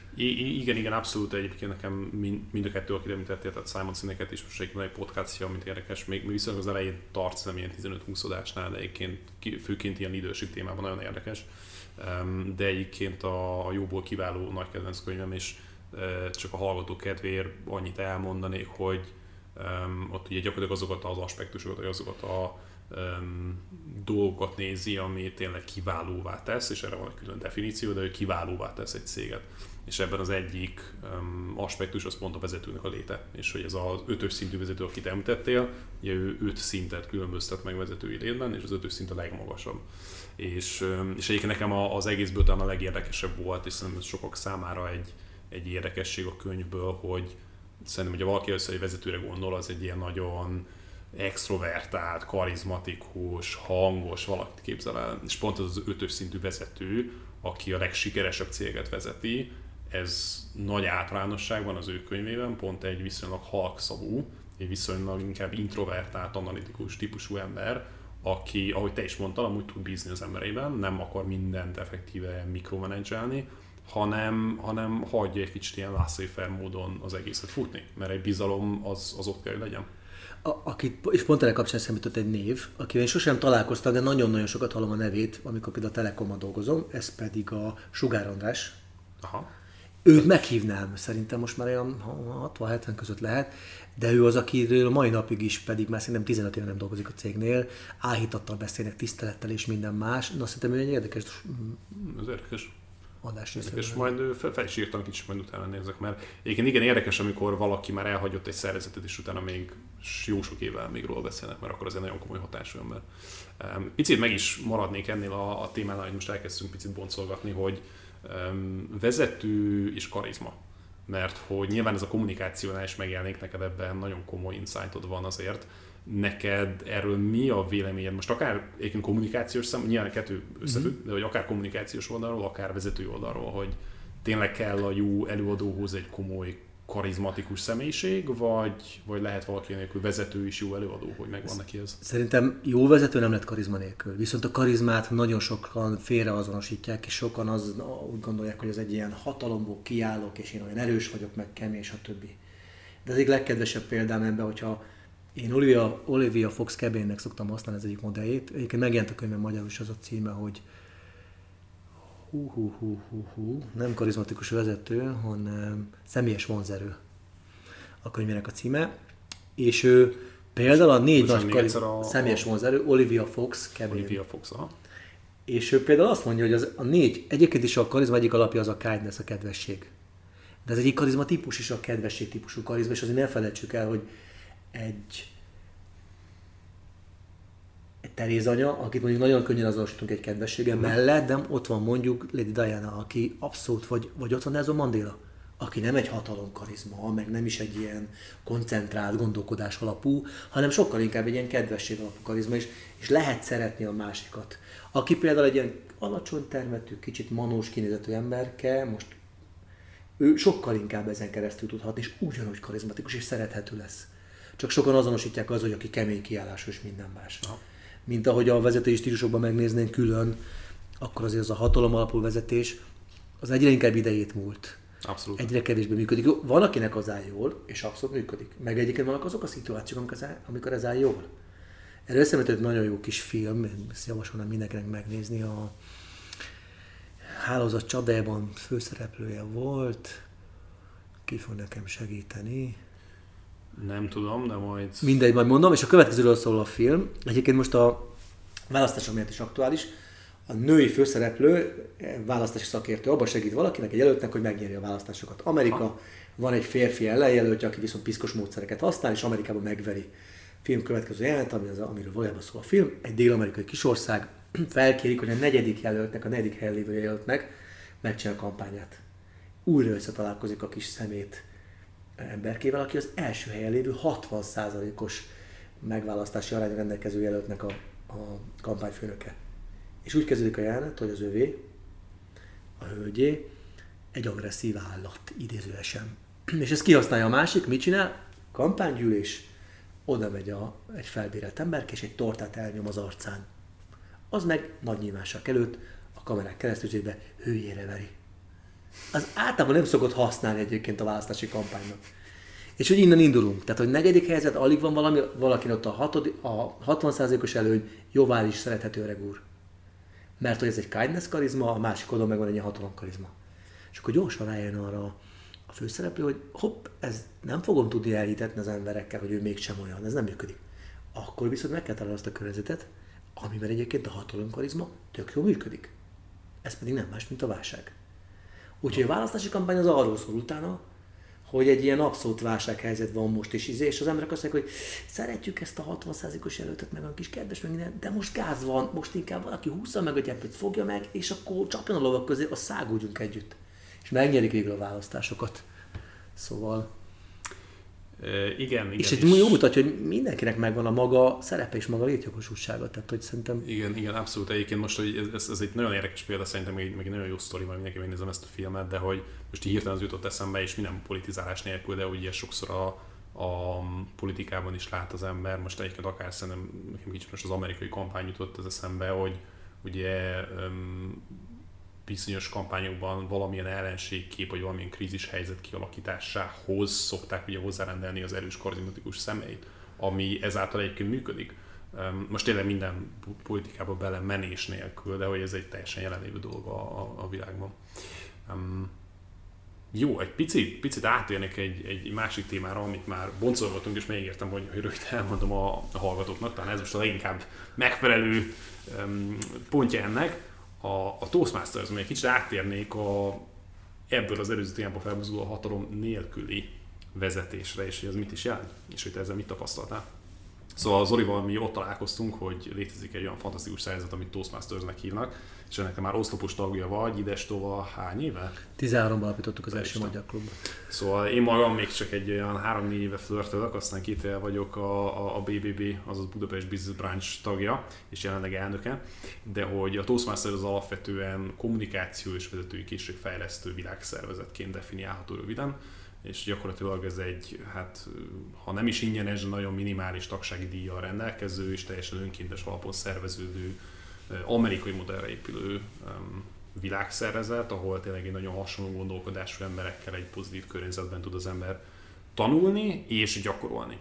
I- igen, igen, abszolút. Egyébként nekem mind, mind a kettő, akit említettél, tehát Simon Sineket is most egyébként egy podcastja, amit érdekes. Még, még viszont az elején tart, szerintem ilyen tizenöt-húsz adásnál, de egyébként főként ilyen időség témában nagyon érdekes. De egyébként a, a Jóból kiváló nagy kedvenc könyvem, és csak a hallgató kedvéért annyit elmondanék, hogy um, ott ugye gyakorlatilag azokat az aspektusokat, azokat a Um, dolgokat nézi, ami tényleg kiválóvá tesz, és erre van egy külön definíció, de ő kiválóvá tesz egy céget. És ebben az egyik um, aspektus az pont a vezetőnek a léte. És hogy ez az ötös szintű vezető, akit említettél, ugye ő öt szintet különböztet meg vezetői létben, és az ötös szint a legmagasabb. És, um, és egyébként nekem az egészből talán a legérdekesebb volt, és szerintem sokak számára egy, egy érdekesség a könyvből, hogy szerintem, hogyha valaki össze egy vezetőre gondol, az egy ilyen nagyon extrovertált, karizmatikus, hangos valakit képzel el, és pont az az ötös szintű vezető, aki a legsikeresebb céget vezeti, ez nagy általánosságban az ő könyvében pont egy viszonylag halkszavú, egy viszonylag inkább introvertált, analitikus típusú ember, aki, ahogy te is mondtad, amúgy tud bízni az embereiben, nem akar mindent effektíve mikromenedzselni, hanem, hanem hagyja egy kicsit ilyen laissez-faire módon az egészet futni, mert egy bizalom az, az ott kell, hogy legyen. A, akit, és pont ennek kapcsán szemított egy név, akivel én sosem találkoztam, de nagyon-nagyon sokat hallom a nevét, amikor például a Telekomban dolgozom, ez pedig a Sugár András. Aha. Őt meghívnám, szerintem most már olyan hatvan-hetven között lehet, de ő az, akiről mai napig is, pedig már szerintem tizenöt éve nem dolgozik a cégnél, áhítattal beszélnek, tisztelettel és minden más. Na, szerintem ő egy érdekes Ez érdekes. adás. És majd fel, fel is írtam, kicsit majd utána nézek, mert igen, igen érdekes, amikor valaki már elhagyott egy szervezetet, és utána még jó sok évvel még róla beszélnek, mert akkor az egy nagyon komoly hatású ember. Picit meg is maradnék ennél a, a témánál, hogy most elkezdtünk picit boncolgatni, hogy um, vezető és karizma. Mert hogy nyilván ez a kommunikációnál is megjelenik, neked ebben nagyon komoly insightod van azért. Neked erről mi a véleményed? Most akár egyébként kommunikációs szem, nyilván kettő összefügg, mm-hmm. de hogy akár kommunikációs oldalról, akár vezető oldalról, hogy tényleg kell a jó előadóhoz egy komoly, karizmatikus személyiség, vagy, vagy lehet valaki nélkül vezető is jó előadó, hogy megvan neki ez? Szerintem jó vezető nem lett karizma nélkül. Viszont a karizmát nagyon sokan félreazonosítják, és sokan az, úgy gondolják, hogy ez egy ilyen hatalomból kiállok, és én olyan erős vagyok, meg kemény, stb. De az egyik legkedvesebb példám ebben, hogyha én Olivia, Olivia Fox Cabinnek szoktam használni az egyik modelljét. Egyébként megjelent a könyvben magyarul is az a címe, hogy hú, hú, hú, hú, hú, nem karizmatikus vezető, hanem személyes vonzerő a könyvének a címe. És ő például a négy Ugyan nagy kariz... a... személyes vonzerő, Olivia Fox Cabin. Olivia Fox, aha. És ő például azt mondja, hogy az, a négy, egyébként is a karizma egyik alapja az a kindness, a kedvesség. De ez egyik karizma típus is a kedvesség típusú karizma, és azért ne felejtsük el, hogy egy, egy Teréz anya, akit mondjuk nagyon könnyen azonosítunk egy kedvességgel, mm. mellett, de ott van mondjuk Lady Diana, aki abszolút, vagy, vagy ott van Nelson Mandela, aki nem egy hatalomkarizma, meg nem is egy ilyen koncentrált gondolkodás alapú, hanem sokkal inkább egy ilyen kedvesség alapú karizma, és, és lehet szeretni a másikat. Aki például egy ilyen alacsony termetű, kicsit manós kinézetű emberke, most ő sokkal inkább ezen keresztül tudhat, és ugyanúgy karizmatikus és szerethető lesz. Csak sokan azonosítják az, hogy aki kemény kiállású és minden más. Aha. Mint ahogy a vezetési stílusokban megnéznénk külön, akkor azért az a hatalom alapú vezetés az egyre inkább idejét múlt. Abszolút. Egyre kevésbé működik. Van, akinek az áll jól, és abszolút működik. Meg egyébként vannak azok a szituációk, amikor ez áll, amikor ez áll jól. Erről eszembe egy nagyon jó kis film, ezt javasolnám mindenkinek megnézni, a Hálózat csadájában főszereplője volt, ki fog nekem segíteni. Nem tudom, de majd... Mindegy, majd mondom, és a következőről szól a film. Egyébként most a választások miatt is aktuális. A női főszereplő, választási szakértő abban segít valakinek, egy jelöltnek, hogy megnyerje a választásokat. Amerika, ha. Van egy férfi ellenjelöltje, aki viszont piszkos módszereket használ, és Amerikában megveri. Film következő jelenet, ami az, amiről valójában szól a film, egy dél-amerikai kisország, felkérik, hogy a negyedik jelöltnek, a negyedik helyen lévő jelöltnek megcsinálja a kampányát. Újra összetalálkozik a kis szemét emberkével, aki az első helyen lévő hatvan százalékos megválasztási arány rendelkező jelöltnek a, a kampányfőnöke. És úgy kezdődik a jelenet, hogy az övé, a hölgyé, egy agresszív állat, idézőesen. És ezt kihasználja a másik, mit csinál? Kampánygyűlés, oda megy a, egy felbérelt emberke, és egy tortát elnyom az arcán. Az meg nagy nyilvánosság előtt a kamerák keresztül hőjére veri. Az általában nem szokott használni egyébként a választási kampánynak. És hogy innen indulunk. Tehát, hogy negyedik helyzet, alig van valami, valakinek ott a, hatod, a hatvan százalékos előny, jóvá is szerethető öreg úr. Mert hogy ez egy kindness karizma, a másik oldalon meg van egy hatalom karizma. És akkor gyorsan rájön arra a főszereplő, hogy hopp, ez nem fogom tudni elhitetni az emberekkel, hogy ő mégsem olyan, ez nem működik. Akkor viszont meg kell találni azt a környezetet, amiben egyébként a hatalomkarizma tök jól működik. Ez pedig nem más, mint a válság. Úgyhogy a választási kampány az arról szól utána, hogy egy ilyen abszolút válsághelyzet van most is, és az emberek azt mondják, hogy szeretjük ezt a hatvan százalékos jelöltet, meg a kis kedves, meg minden, de most gáz van, most inkább valaki húzza meg a gyepet, fogja meg, és akkor csapjon a lovak közé, azt szágódjunk együtt. És megnyerik végül a választásokat. Szóval... E, igen, igen. És ez jó mutatja, hogy mindenkinek megvan a maga szerepe és maga létjogosultsága, tehát hogy szerintem... Igen, igen, abszolút. Egyébként most, hogy ez, ez egy nagyon érdekes példa, szerintem meg, meg egy nagyon jó sztori, majd mindenki megnézem ezt a filmet, de hogy most így hirtelen az jutott eszembe, és minden politizálás nélkül, de ugye sokszor a, a politikában is lát az ember, most egyébként akár szerintem nekem kicsit most az amerikai kampány jutott az eszembe, hogy ugye um, bizonyos kampányokban valamilyen ellenségkép, vagy valamilyen krízis helyzet kialakításához szokták ugye hozzárendelni az erős karizmatikus személyt, ami ezáltal egyébként működik. Most tényleg minden politikába bele menés nélkül, de hogy ez egy teljesen jelenlévő dolog a, a, a világban. Um, jó, egy picit, picit átérnék egy, egy másik témára, amit már boncolgatunk, és megígértem, hogy, hogy rögtön elmondom a, a hallgatóknak, talán ez most a leginkább megfelelő um, pontja ennek. A, a Toastmasters, egy kicsit áttérnék a, ebből az előző témából felbuzuló a hatalom nélküli vezetésre, és hogy ez mit is jelent, és hogy te ezzel mit tapasztaltál. Szóval Zolival mi ott találkoztunk, hogy létezik egy olyan fantasztikus szervezet, amit Toastmastersnek hívnak, és ennek te már oszlopos tagja vagy, idestova hány éve? tizenháromban alapítottuk az első magyar klubot. Szóval én magam még csak egy olyan három-négy éve flörtölök, aztán két éve vagyok a, a, a bé bé bé, azaz Budapest Business Branch tagja, és jelenleg elnöke, de hogy a Toastmasters az alapvetően kommunikáció és vezetői készségfejlesztő világszervezetként definiálható röviden, és gyakorlatilag ez egy, hát ha nem is ingyenes, de nagyon minimális tagsági díjjal rendelkező és teljesen önkéntes alapon szerveződő, amerikai modellre épülő um, világszervezet, ahol tényleg egy nagyon hasonló gondolkodású emberekkel egy pozitív környezetben tud az ember tanulni és gyakorolni.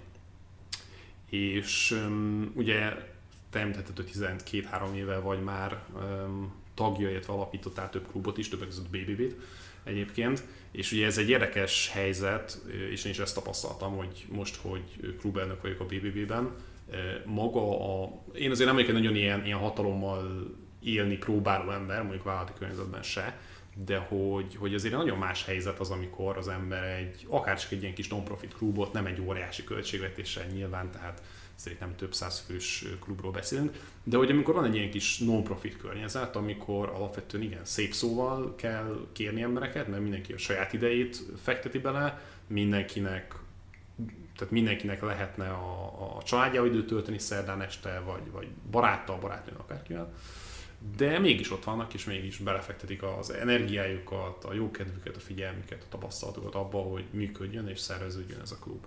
És um, ugye te említetted, hogy tizenkét-három éve vagy már um, tagja, illetve alapítottál több klubot is, többek között bé bé bét egyébként, és ugye ez egy érdekes helyzet, és én is ezt tapasztaltam, hogy most, hogy klubelnök vagyok a bé bé bében, maga a... Én azért nem vagyok egy nagyon ilyen, ilyen hatalommal élni próbáló ember, mondjuk vállalati környezetben se, de hogy, hogy azért nagyon más helyzet az, amikor az ember egy, akár csak egy ilyen kis non-profit klubot, nem egy óriási költségvetéssel nyilván, tehát szerintem nem több száz fős klubról beszélünk, de hogy amikor van egy ilyen kis non-profit környezet, amikor alapvetően igen, szép szóval kell kérni embereket, mert mindenki a saját idejét fekteti bele, mindenkinek, tehát mindenkinek lehetne a, a családjával időt tölteni szerdán este, vagy, vagy baráttal, barátnővel, akárkivel, de mégis ott vannak, és mégis belefektetik az energiájukat, a jókedvüket, a figyelmüket, a tapasztalatukat abba, hogy működjön és szerveződjön ez a klub.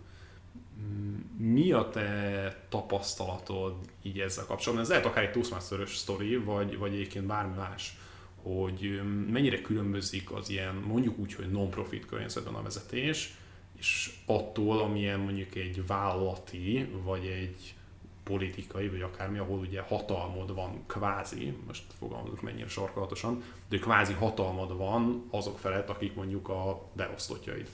Mi a te tapasztalatod így ezzel kapcsolatban? Ez lehet akár egy Toastmaster-ös sztori, vagy, vagy egyébként bármi más, hogy mennyire különbözik az ilyen, mondjuk úgy, hogy non-profit környezetben a vezetés, és attól, amilyen mondjuk egy vállalati, vagy egy politikai, vagy akármi, ahol ugye hatalmod van kvázi, most fogalmazok mennyire sarkalatosan, de kvázi hatalmad van azok felett, akik mondjuk a beosztottjaid.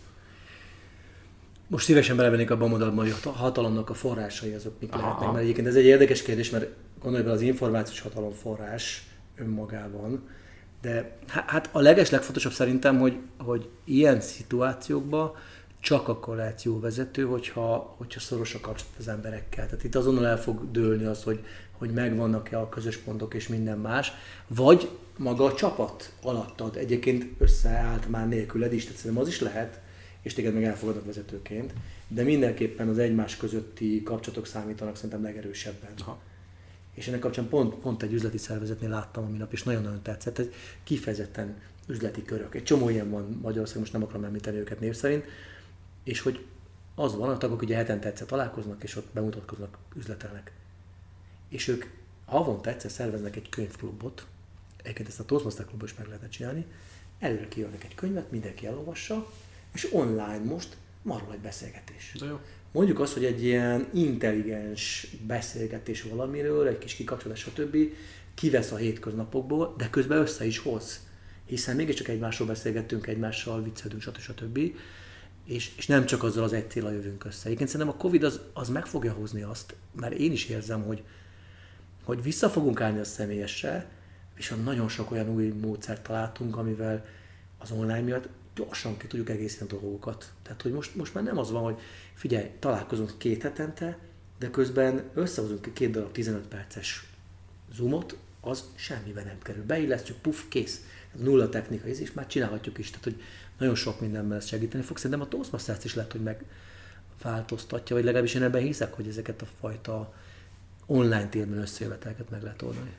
Most szívesen belevennék abban a modellben, hogy a hatalomnak a forrásai azok mik Aha. lehetnek, mert egyébként ez egy érdekes kérdés, mert gondolj bele, az információs hatalom forrás önmagában, de hát a leges legfontosabb szerintem, hogy, hogy ilyen szituációkban csak akkor lehet jó vezető, hogyha, hogyha szoros a kapcsolat az emberekkel. Tehát itt azonnal el fog dőlni az, hogy, hogy megvannak-e a közös pontok és minden más, vagy maga a csapat alattad egyébként összeállt már nélküled is, tehát szerintem az is lehet, és téged meg elfogadnak vezetőként, de mindenképpen az egymás közötti kapcsolatok számítanak szerintem legerősebben. Aha. És ennek kapcsán pont, pont egy üzleti szervezetnél láttam a minap, és nagyon-nagyon tetszett, ez kifejezetten üzleti körök. Egy csomó ilyen van Magyarországon, most nem akarom említeni őket név szerint, és hogy az van, a tagok ugye hetente egyszer találkoznak, és ott bemutatkoznak, üzletelnek. És ők havonta egyszer szerveznek egy könyvklubot, egyébként ezt a Toastmaster klubban is meg lehetne csinálni, előre kijönnek egy könyvet, mindenki elolvassa, és online most marul egy beszélgetés. De jó. Mondjuk azt, hogy egy ilyen intelligens beszélgetés valamiről, egy kis kikapcsolás, stb. Kivesz a hétköznapokból, de közben össze is hoz. Hiszen mégiscsak egymásról beszélgettünk, egymással viccelődünk, stb. stb. És, és nem csak azzal az egy céllal jövünk össze. Egyébként szerintem a Covid az, az meg fogja hozni azt, mert én is érzem, hogy, hogy vissza fogunk állni a személyesre, és nagyon sok olyan új módszert találtunk, amivel az online miatt gyorsan ki tudjuk egészíteni a dolgokat. Tehát, hogy most, most már nem az van, hogy figyelj, találkozunk két hetente, de közben összehozunk két darab tizenöt perces zoomot, az semmiben nem kerül. Beillesztjük, puff, kész. Tehát nulla technika, és már csinálhatjuk is. Tehát, hogy nagyon sok mindenben ezt segíteni fog. Szerintem a Toastmasters is lehet, hogy megváltoztatja, vagy legalábbis én ebben hiszek, hogy ezeket a fajta online térben összejöveteleket meg lehet oldani.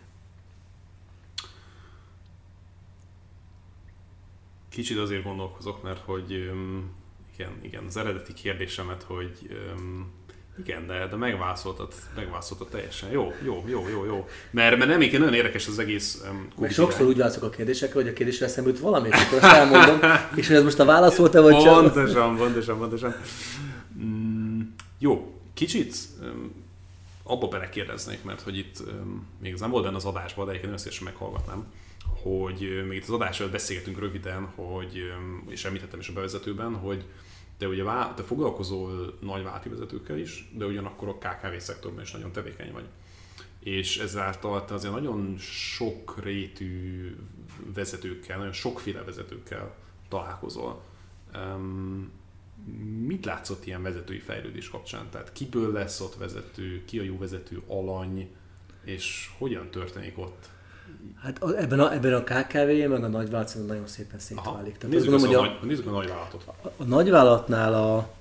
Kicsit azért gondolkozok, mert hogy igen, igen, az eredeti kérdésemet, hogy igen, de, de megválaszoltad, megválaszoltad teljesen. Jó, jó, jó, jó, jó. Mert, mert nem, igen, nagyon érdekes az egész um, sokszor úgy válaszolok a kérdésekre, hogy a kérdésre eszembe jut valami, és akkor azt elmondom, és hogy ez most a válasz volt-e, vagy sem? Pontosan, pontosan, pontosan. Mm, jó, kicsit um, abba belekérdeznék, mert hogy itt um, még ez nem volt benne az adásban, de egyébként nagyon szívesen meghallgatnám, hogy még itt az adás előtt beszélgetünk röviden, hogy, és említettem is a bevezetőben, hogy te ugye te foglalkozol nagyvállalati vezetőkkel is, de ugyanakkor a ká ká vé szektorban is nagyon tevékeny vagy. És ezáltal te azért nagyon sokrétű vezetőkkel, nagyon sokféle vezetőkkel találkozol. Um, mit látszott ilyen vezetői fejlődés kapcsán? Tehát kiből lesz ott vezető, ki a jó vezető alany, és hogyan történik ott? Hát ebben a, ebben a ká ká vé meg a nagyvállalat nagyon szépen szétválik. Tehát nézzük, gondolom, a, a, nézzük a nagyvállalatot. A, a nagyvállalatnál a,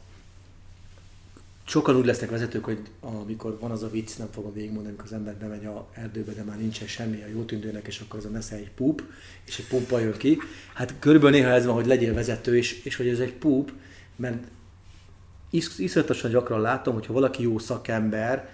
sokan úgy lesznek vezetők, hogy amikor van az a vicc, nem fogom végigmondani, amikor az ember bemegy a erdőbe, de már nincsen semmi a jótündőnek, és akkor az a nesze egy púp, és egy pumpa jön ki. Hát körülbelül néha ez van, hogy legyél vezető, és, és hogy ez egy púp, mert is, iszonyatosan gyakran látom, hogyha valaki jó szakember,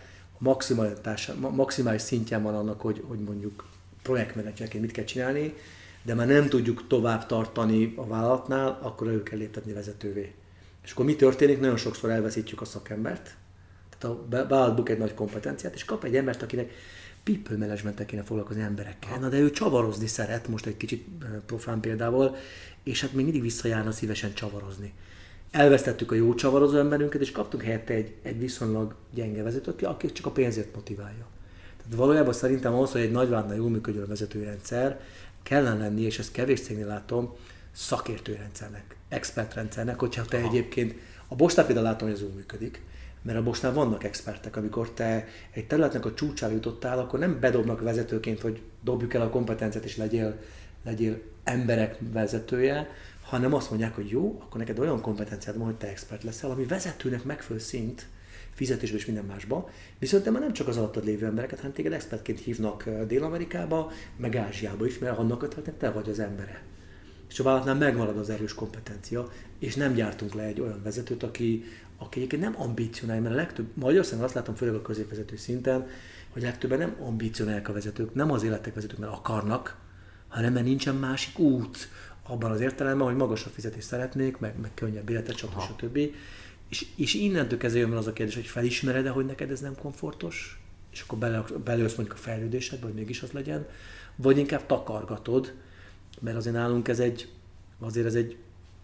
a maximális szintján van annak, hogy, hogy mondjuk projektmenedzserként mit kell csinálni, de már nem tudjuk tovább tartani a vállalatnál, akkor elő kell léptetni vezetővé. És akkor mi történik? Nagyon sokszor elveszítjük a szakembert, tehát a vállalat buk egy nagy kompetenciát, és kap egy embert, akinek people managementtel kéne foglalkozni emberekkel. Na de ő csavarozni szeret, most egy kicsit profán példával, és hát még mindig visszajárna szívesen csavarozni. Elvesztettük a jó csavarozó emberünket, és kaptunk helyette egy, egy viszonylag gyenge vezetőt, aki csak a pénzért motiválja. Tehát valójában szerintem az, hogy egy nagyvállalatnál jól működjön a vezetőrendszer, kellene lenni, és ezt kevés cégnél látom, szakértőrendszernek, expertrendszernek, hogyha te Aha. egyébként, a Boschnál például látom, hogy ez úgy működik, mert a Boschnál vannak expertek, amikor te egy területnek a csúcsára jutottál, akkor nem bedobnak vezetőként, hogy dobjuk el a kompetenciát és legyél, legyél emberek vezetője, hanem azt mondják, hogy jó, akkor neked olyan kompetenciád van, hogy te expert leszel, ami vezetőnek megfelelő szint, fizetésben és minden másba, viszont te már nem csak az alattad lévő embereket, hanem téged expertként hívnak Dél-Amerikába, meg Ázsiába is, mert annak ötletnek te vagy az embere. És a vállalatnál megmarad az erős kompetencia, és nem gyártunk le egy olyan vezetőt, aki, aki egyébként nem ambicionálja, mert a legtöbb, Magyarországon azt látom, főleg a középvezető szinten, hogy legtöbben nem ambicionálják a vezetők, nem azért lettek vezetők, mert akarnak, hanem mert nincsen másik út abban az értelemben, hogy magasabb fizetést szeretnék, meg, meg könnyebb életet, stb. stb. És, és innentől kezdve jön az a kérdés, hogy felismered-e, hogy neked ez nem komfortos, és akkor bele, belősz mondjuk a fejlődésedbe, hogy mégis az legyen, vagy inkább takargatod, mert azért nálunk ez egy, azért ez egy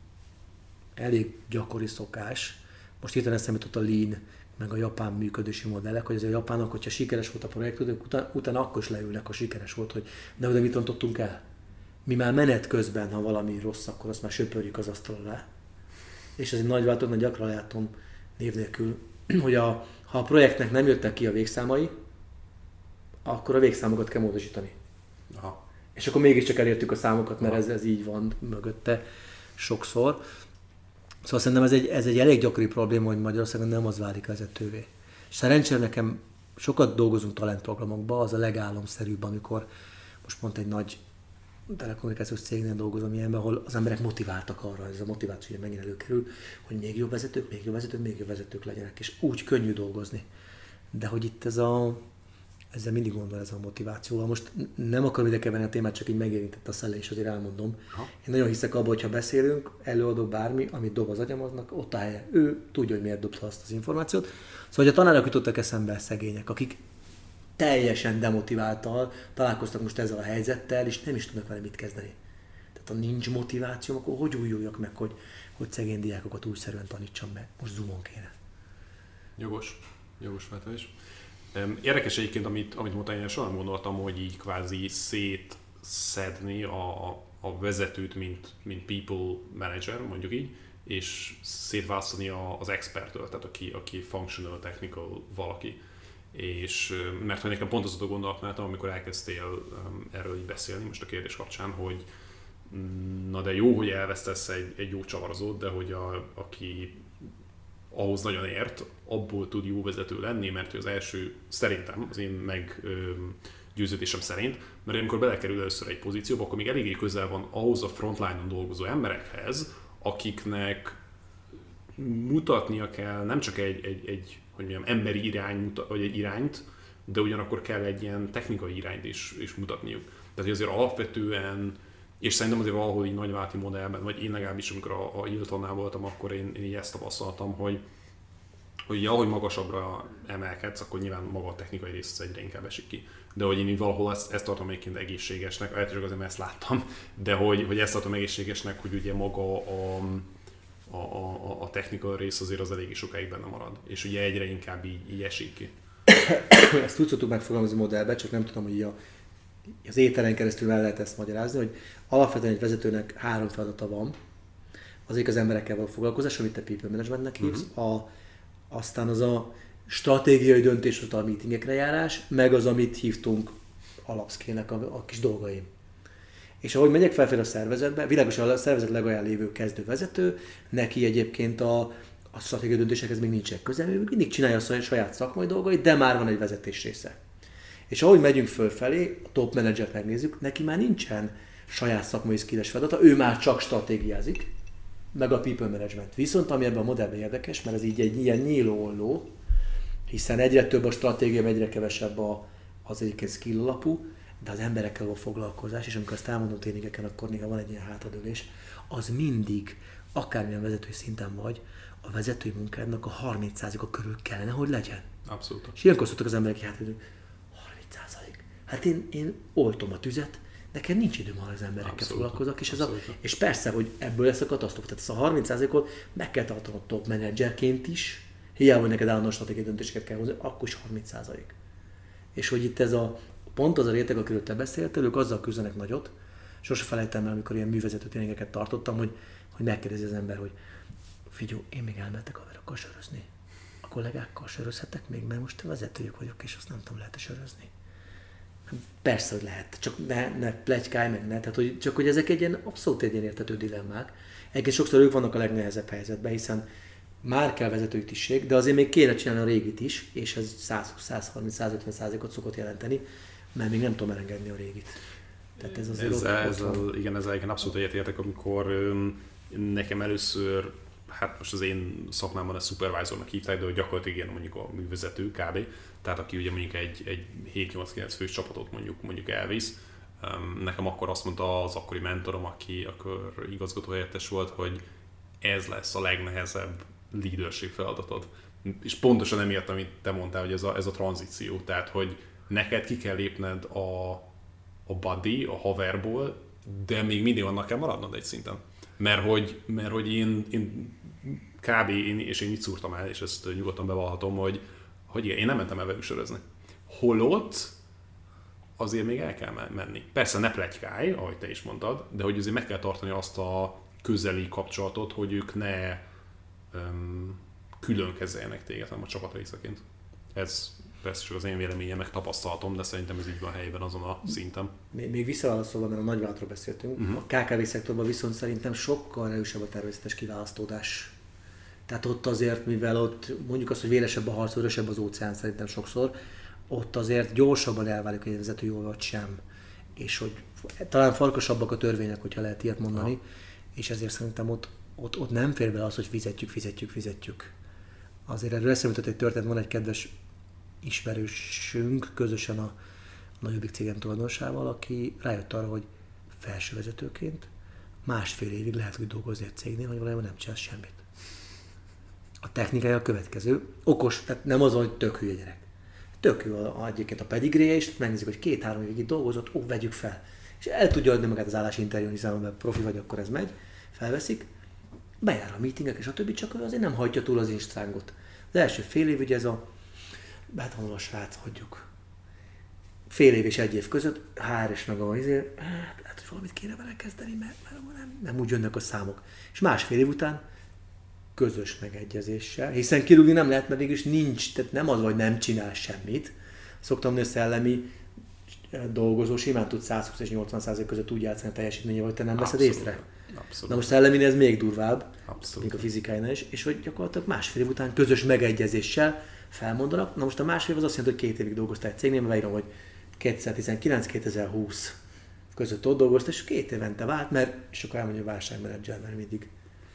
elég gyakori szokás. Most hirtelen eszembe jutott a lean, meg a japán működési modellek, hogy az a japánok, hogyha sikeres volt a projekt, utána, utána akkor is leülnek, ha sikeres volt, hogy de oda mit rontottunk el. Mi már menet közben, ha valami rossz, akkor azt már söpörjük az asztal alá. És ez egy nagy változat, mert gyakran látom név nélkül, hogy a, ha a projektnek nem jöttek ki a végszámai, akkor a végszámokat kell módosítani. Aha. És akkor mégiscsak elértük a számokat, mert ez, ez így van mögötte sokszor. Szóval szerintem ez egy, ez egy elég gyakori probléma, hogy Magyarországon nem az válik vezetővé. Szerencsére nekem sokat dolgozunk talentprogramokban, az a legálomszerűbb, amikor most pont egy nagy telekommunikációs cégnél dolgozom ilyenben, ahol az emberek motiváltak arra, ez a motiváció megint előkerül, hogy még jobb vezetők, még jobb vezetők, még jobb vezetők legyenek, és úgy könnyű dolgozni. De hogy itt ez a, ezzel mindig gondol ez a motivációval. Most nem akarom ide keverni a témát, csak így megérintett a szelle, és azért elmondom. Ha. Én nagyon hiszek abban, hogy ha beszélünk, előadok bármi, amit dob az agyamaznak, ott a helye. Ő tudja, hogy miért dobta azt az információt. Szóval, hogy a tanárok jutottak eszembe szegények, akik teljesen demotiváltal találkoztak most ezzel a helyzettel, és nem is tudnak vele mit kezdeni. Tehát ha nincs motiváció, akkor hogy újuljak meg, hogy, hogy szegény diákokat újszerűen tanítsam meg. Most Zoomon kéne. Jogos. Jogos feltevés. Érdekes egyébként, amit, amit mondtam, én soha nem gondoltam, hogy így kvázi szétszedni a, a vezetőt, mint, mint people manager, mondjuk így, és szétválasztani az experttől, tehát aki, aki functional, technical valaki. És, mert hogy nekem pont az a gondolatmenetem, amikor elkezdtél um, erről így beszélni most a kérdés kapcsán, hogy na de jó, hogy elvesztesz egy, egy jó csavarozót, de hogy a, aki ahhoz nagyon ért, abból tud jó vezető lenni, mert az első, szerintem, az én meggyőződésem szerint, mert amikor belekerül először egy pozícióba, akkor még eléggé közel van ahhoz a frontline-on dolgozó emberekhez, akiknek mutatnia kell nem csak egy, egy, egy hogy mondjam, emberi irány, vagy egy irányt, de ugyanakkor kell egy ilyen technikai irányt is, is mutatniuk. Tehát azért alapvetően, és szerintem azért valahol így nagyvállalati modellben, vagy én legalábbis, amikor a, a Hiltonnál voltam, akkor én, én így ezt tapasztaltam, hogy, hogy ahogy magasabbra emelkedsz, akkor nyilván maga a technikai rész egyre inkább esik ki. De hogy én így valahol ezt, ezt tartom egyébként egészségesnek, lehet, hogy azért mert ezt láttam, de hogy, hogy ezt tartom egészségesnek, hogy ugye maga a A, a, a technikai rész azért az eléggé sokáig benne marad, és ugye egyre inkább így, így esik ki. Ezt úgy szoktuk megfogalmazni modellbe, csak nem tudom, hogy a, az ételen keresztül el lehet ezt magyarázni, hogy alapvetően egy vezetőnek három feladata van. Az az emberekkel való foglalkozás, amit te people managementnek hívsz, uh-huh. a, aztán az a stratégiai döntéshozatal a meetingekre járás, meg az, amit hívtunk alapszkének a, a kis dolgaim. És ahogy megyek felfelé a szervezetbe, világosan a szervezet legalján lévő kezdővezető, neki egyébként a, a stratégiai döntésekhez még nincsen köze, ő mindig csinálja a saját szakmai dolgait, de már van egy vezetés része. És ahogy megyünk fölfelé, a top menedzsert megnézzük, neki már nincsen saját szakmai skilles feladata, ő már csak stratégiázik, meg a people management. Viszont ami ebben a modellben érdekes, mert ez így egy ilyen nyíló olló, hiszen egyre több a stratégia, egyre kevesebb a, az egyébként skill alapú, de az emberekkel való foglalkozás, és amikor azt elmondom tréningeken, akkor néha van egy ilyen hátradőlés, az mindig, akármilyen vezetői szinten vagy, a vezetői munkádnak a harminc százaléka körül kellene, hogy legyen. Abszolút. És ilyenkor szoktak az emberek hátradőlni, harminc százalék. Hát én, én oltom a tüzet, nekem nincs időm, ha az emberekkel abszolút foglalkozok, és, ez a, és persze, hogy ebből lesz a katasztrófa. Tehát ezt a harminc százalékot meg kell tartanod top menedzserként is, hiába, hogy neked állandóan stratégiai döntéseket kell hozni, akkor is harminc százalék. És hogy itt ez a pont az a réteg, akiről te beszéltél, ők azzal küzdenek nagyot, sose felejtem el, amikor ilyen művezető tréningeket tartottam, hogy, hogy megkérdezi az ember, hogy figyelj, én még elmehetek haverokkal sörözni. A kollégákkal sörözhetek még, mert most vezetőjük vagyok, és azt nem tudom, lehet-e sörözni. Persze, hogy lehet, csak ne, ne pletykálj meg, ne. Tehát, hogy, csak hogy ezek egy ilyen abszolút egy ilyen értető dilemmák. Egyébként sokszor ők vannak a legnehezebb helyzetben, hiszen már kell vezetői tisztség, de azért még kéne csinálni a régit is, és ez száz húsz, száz harminc, száz ötven százalékot szokott jelenteni, mert még nem tudom elengedni a régit. Tehát ez azért ezzel, ott, ezzel, ott igen, ezzel igen, abszolút egyetértek, amikor öm, nekem először, hát most az én szakmámban ezt supervisornak hívták, de hogy gyakorlatilag igen, mondjuk a művezető kb. Tehát aki ugye mondjuk egy, egy hét nyolc kilenc fős csapatot mondjuk, mondjuk elvisz. Nekem akkor azt mondta az akkori mentorom, aki akkor igazgatóhelyettes volt, hogy ez lesz a legnehezebb leadership feladatod. És pontosan emiatt, amit te mondtál, hogy ez a, ez a tranzíció, tehát hogy neked ki kell lépned a, a buddy, a haverból, de még mindig annak kell maradnod egy szinten. Mert hogy, mert hogy én, én kb. Én, és én így szúrtam el, és ezt nyugodtan bevallhatom, hogy, hogy igen, én nem mentem el velük sörözni. Holott azért még el kell menni. Persze ne pletykálj, ahogy te is mondtad, de hogy azért meg kell tartani azt a közeli kapcsolatot, hogy ők ne um, külön kezeljenek téged, hanem a csapat részeként. Ez persze csak az én véleményem, meg tapasztalatom, de szerintem ez így van helyben azon a szinten. Még, még visszaválaszolva, mert a nagyvállalatról beszéltünk, uh-huh. a ká ká vé szektorban viszont szerintem sokkal erősebb a természetes kiválasztódás. Tehát ott azért, mivel ott mondjuk azt, hogy vélesebb a harc, vörösebb az óceán szerintem sokszor, ott azért gyorsabban elválik, hogy egy vezető jól vagy sem. És hogy talán farkasabbak a törvények, hogyha lehet ilyet mondani, ha. És ezért szerintem ott, ott, ott nem fér bele az, hogy fizetjük, fizetjük, fizetjük. Azért erről eszembe jutott egy történet, van egy kedves ismerősünk közösen a, a nagyobbik cégem tulajdonosával, aki rájött arra, hogy felsővezetőként másfél évig lehet úgy dolgozni egy cégnél, hogy valójában nem csinálsz semmit. A technikája a következő, okos, tehát nem az, hogy tök hülye gyerek. Tök jó a, egyébként a pedigréje, és megnézik, hogy két-három évig itt dolgozott, ó, vegyük fel. És el tudja adni magát az állásinterjún, hiszen ha profi vagy, akkor ez megy, felveszik, bejár a meetingek, és a többi, csak ő azért nem hagyja túl az instrángot. Az első fél év, ugye ez a betanul a srác, hagyjuk. Fél év és egy év között, hár és meg a izé, hát lehet, hogy valamit kéne vele kezdeni, mert, mert nem, nem úgy jönnek a számok. És másfél év után közös megegyezéssel, hiszen kirúgni nem lehet, mert végülis nincs, tehát nem az, hogy nem csinál semmit. Szoktam mondani, hogy szellemi dolgozó simán tud száz húsz és nyolcvan százalék között úgy játszani a teljesítménye, hogy te nem veszed észre. Abszolút. Na most szelleminél ez még durvább, Abszolút. Mint a fizikáinál is, és hogy gyakorlatilag másfél év után közös megegyezéssel felmondanak. Na most a másfél év az azt jelenti, hogy két évig dolgoztál egy cégnél, mert beírom, hogy kétezer-tizenkilenc kétezer-húsz között ott dolgoztál, és két évente vált, mert és akkor elmondja a válságmenedzser, mert mindig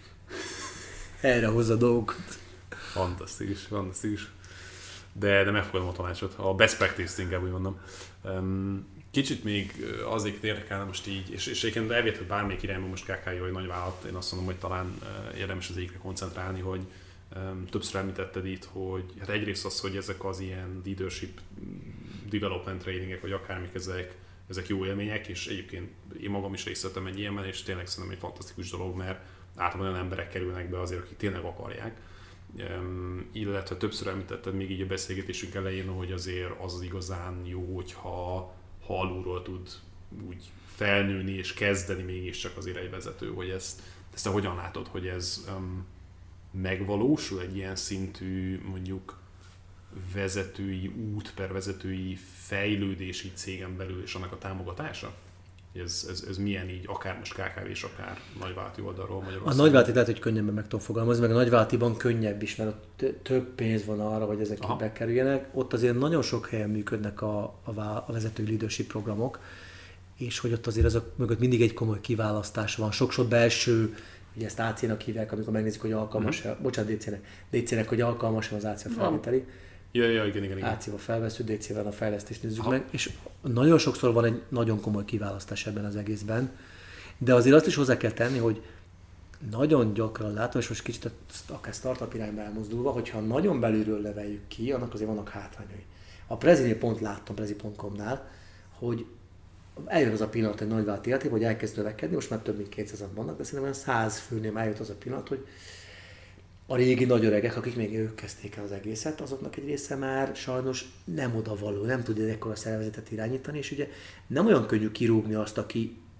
erre hozza dolgokat. Fantasztikus, fantasztikus. De, de megfogadom a tanácsot. A best practice-t inkább úgy mondom. Kicsit még azért érdekelne most így, és, és egyébként elvihetett bármelyik irányban most ká ká i, vagy nagyvállalat, én azt mondom, hogy talán érdemes az egyikre koncentrálni, hogy um, többször említetted itt, hogy hát egyrészt az, hogy ezek az ilyen leadership development trainingek, vagy akármik, ezek, ezek jó élmények, és egyébként én magam is részt vettem egy ilyenben, és tényleg szerintem egy fantasztikus dolog, mert általában olyan emberek kerülnek be azért, akik tényleg akarják. Um, illetve többször említetted még így a beszélgetésünk elején, hogy azért az, az igazán jó, hogyha ha alulról tud úgy felnőni és kezdeni mégiscsak azért egy vezető, hogy ezt, ezt te hogyan látod, hogy ez um, megvalósul egy ilyen szintű mondjuk vezetői út per vezetői fejlődési cégen belül és annak a támogatása? Ez, ez, ez milyen így, akár most ká ká vé és akár nagyvállalati oldalról Magyarországon? A nagyvállalati lehet, hogy könnyebben meg tudom fogalmazni, meg a nagyvállalatiban könnyebb is, mert ott több pénz van arra, hogy ezek Aha. bekerüljenek. Ott azért nagyon sok helyen működnek a, a, a vezetői leadership programok, és hogy ott azért azok mögött mindig egy komoly kiválasztás van. Sok-sok belső, ugye ezt á cé-nak hívják, amikor megnézik, hogy alkalmas-e, mm-hmm. bocsánat, dé cé-nek, dé cé-nek, hogy alkalmas-e az á cé felvételi. Ja, ja, igen, igen, igen. á cé-val felvesző, dé cé-vel a fejlesztést nézzük Aha. meg, és nagyon sokszor van egy nagyon komoly kiválasztás ebben az egészben, de azért azt is hozzá kell tenni, hogy nagyon gyakran látom, és most kicsit akár startup irányba elmozdulva, hogyha nagyon belülről leveljük ki, annak azért vannak hátrányai. A Prezinél pont láttam, prezi pont com-nál, hogy eljön az a pillanat egy nagyvállalati életében, hogy elkezd növekedni, most már több mint kétszázan vannak, de szerintem száz főnél eljött az a pillanat, hogy a régi nagy öregek, akik még ők kezdték el az egészet, azoknak egy része már sajnos nem odavaló, nem tudja ekkora szervezetet irányítani, és ugye nem olyan könnyű kirúgni azt, aki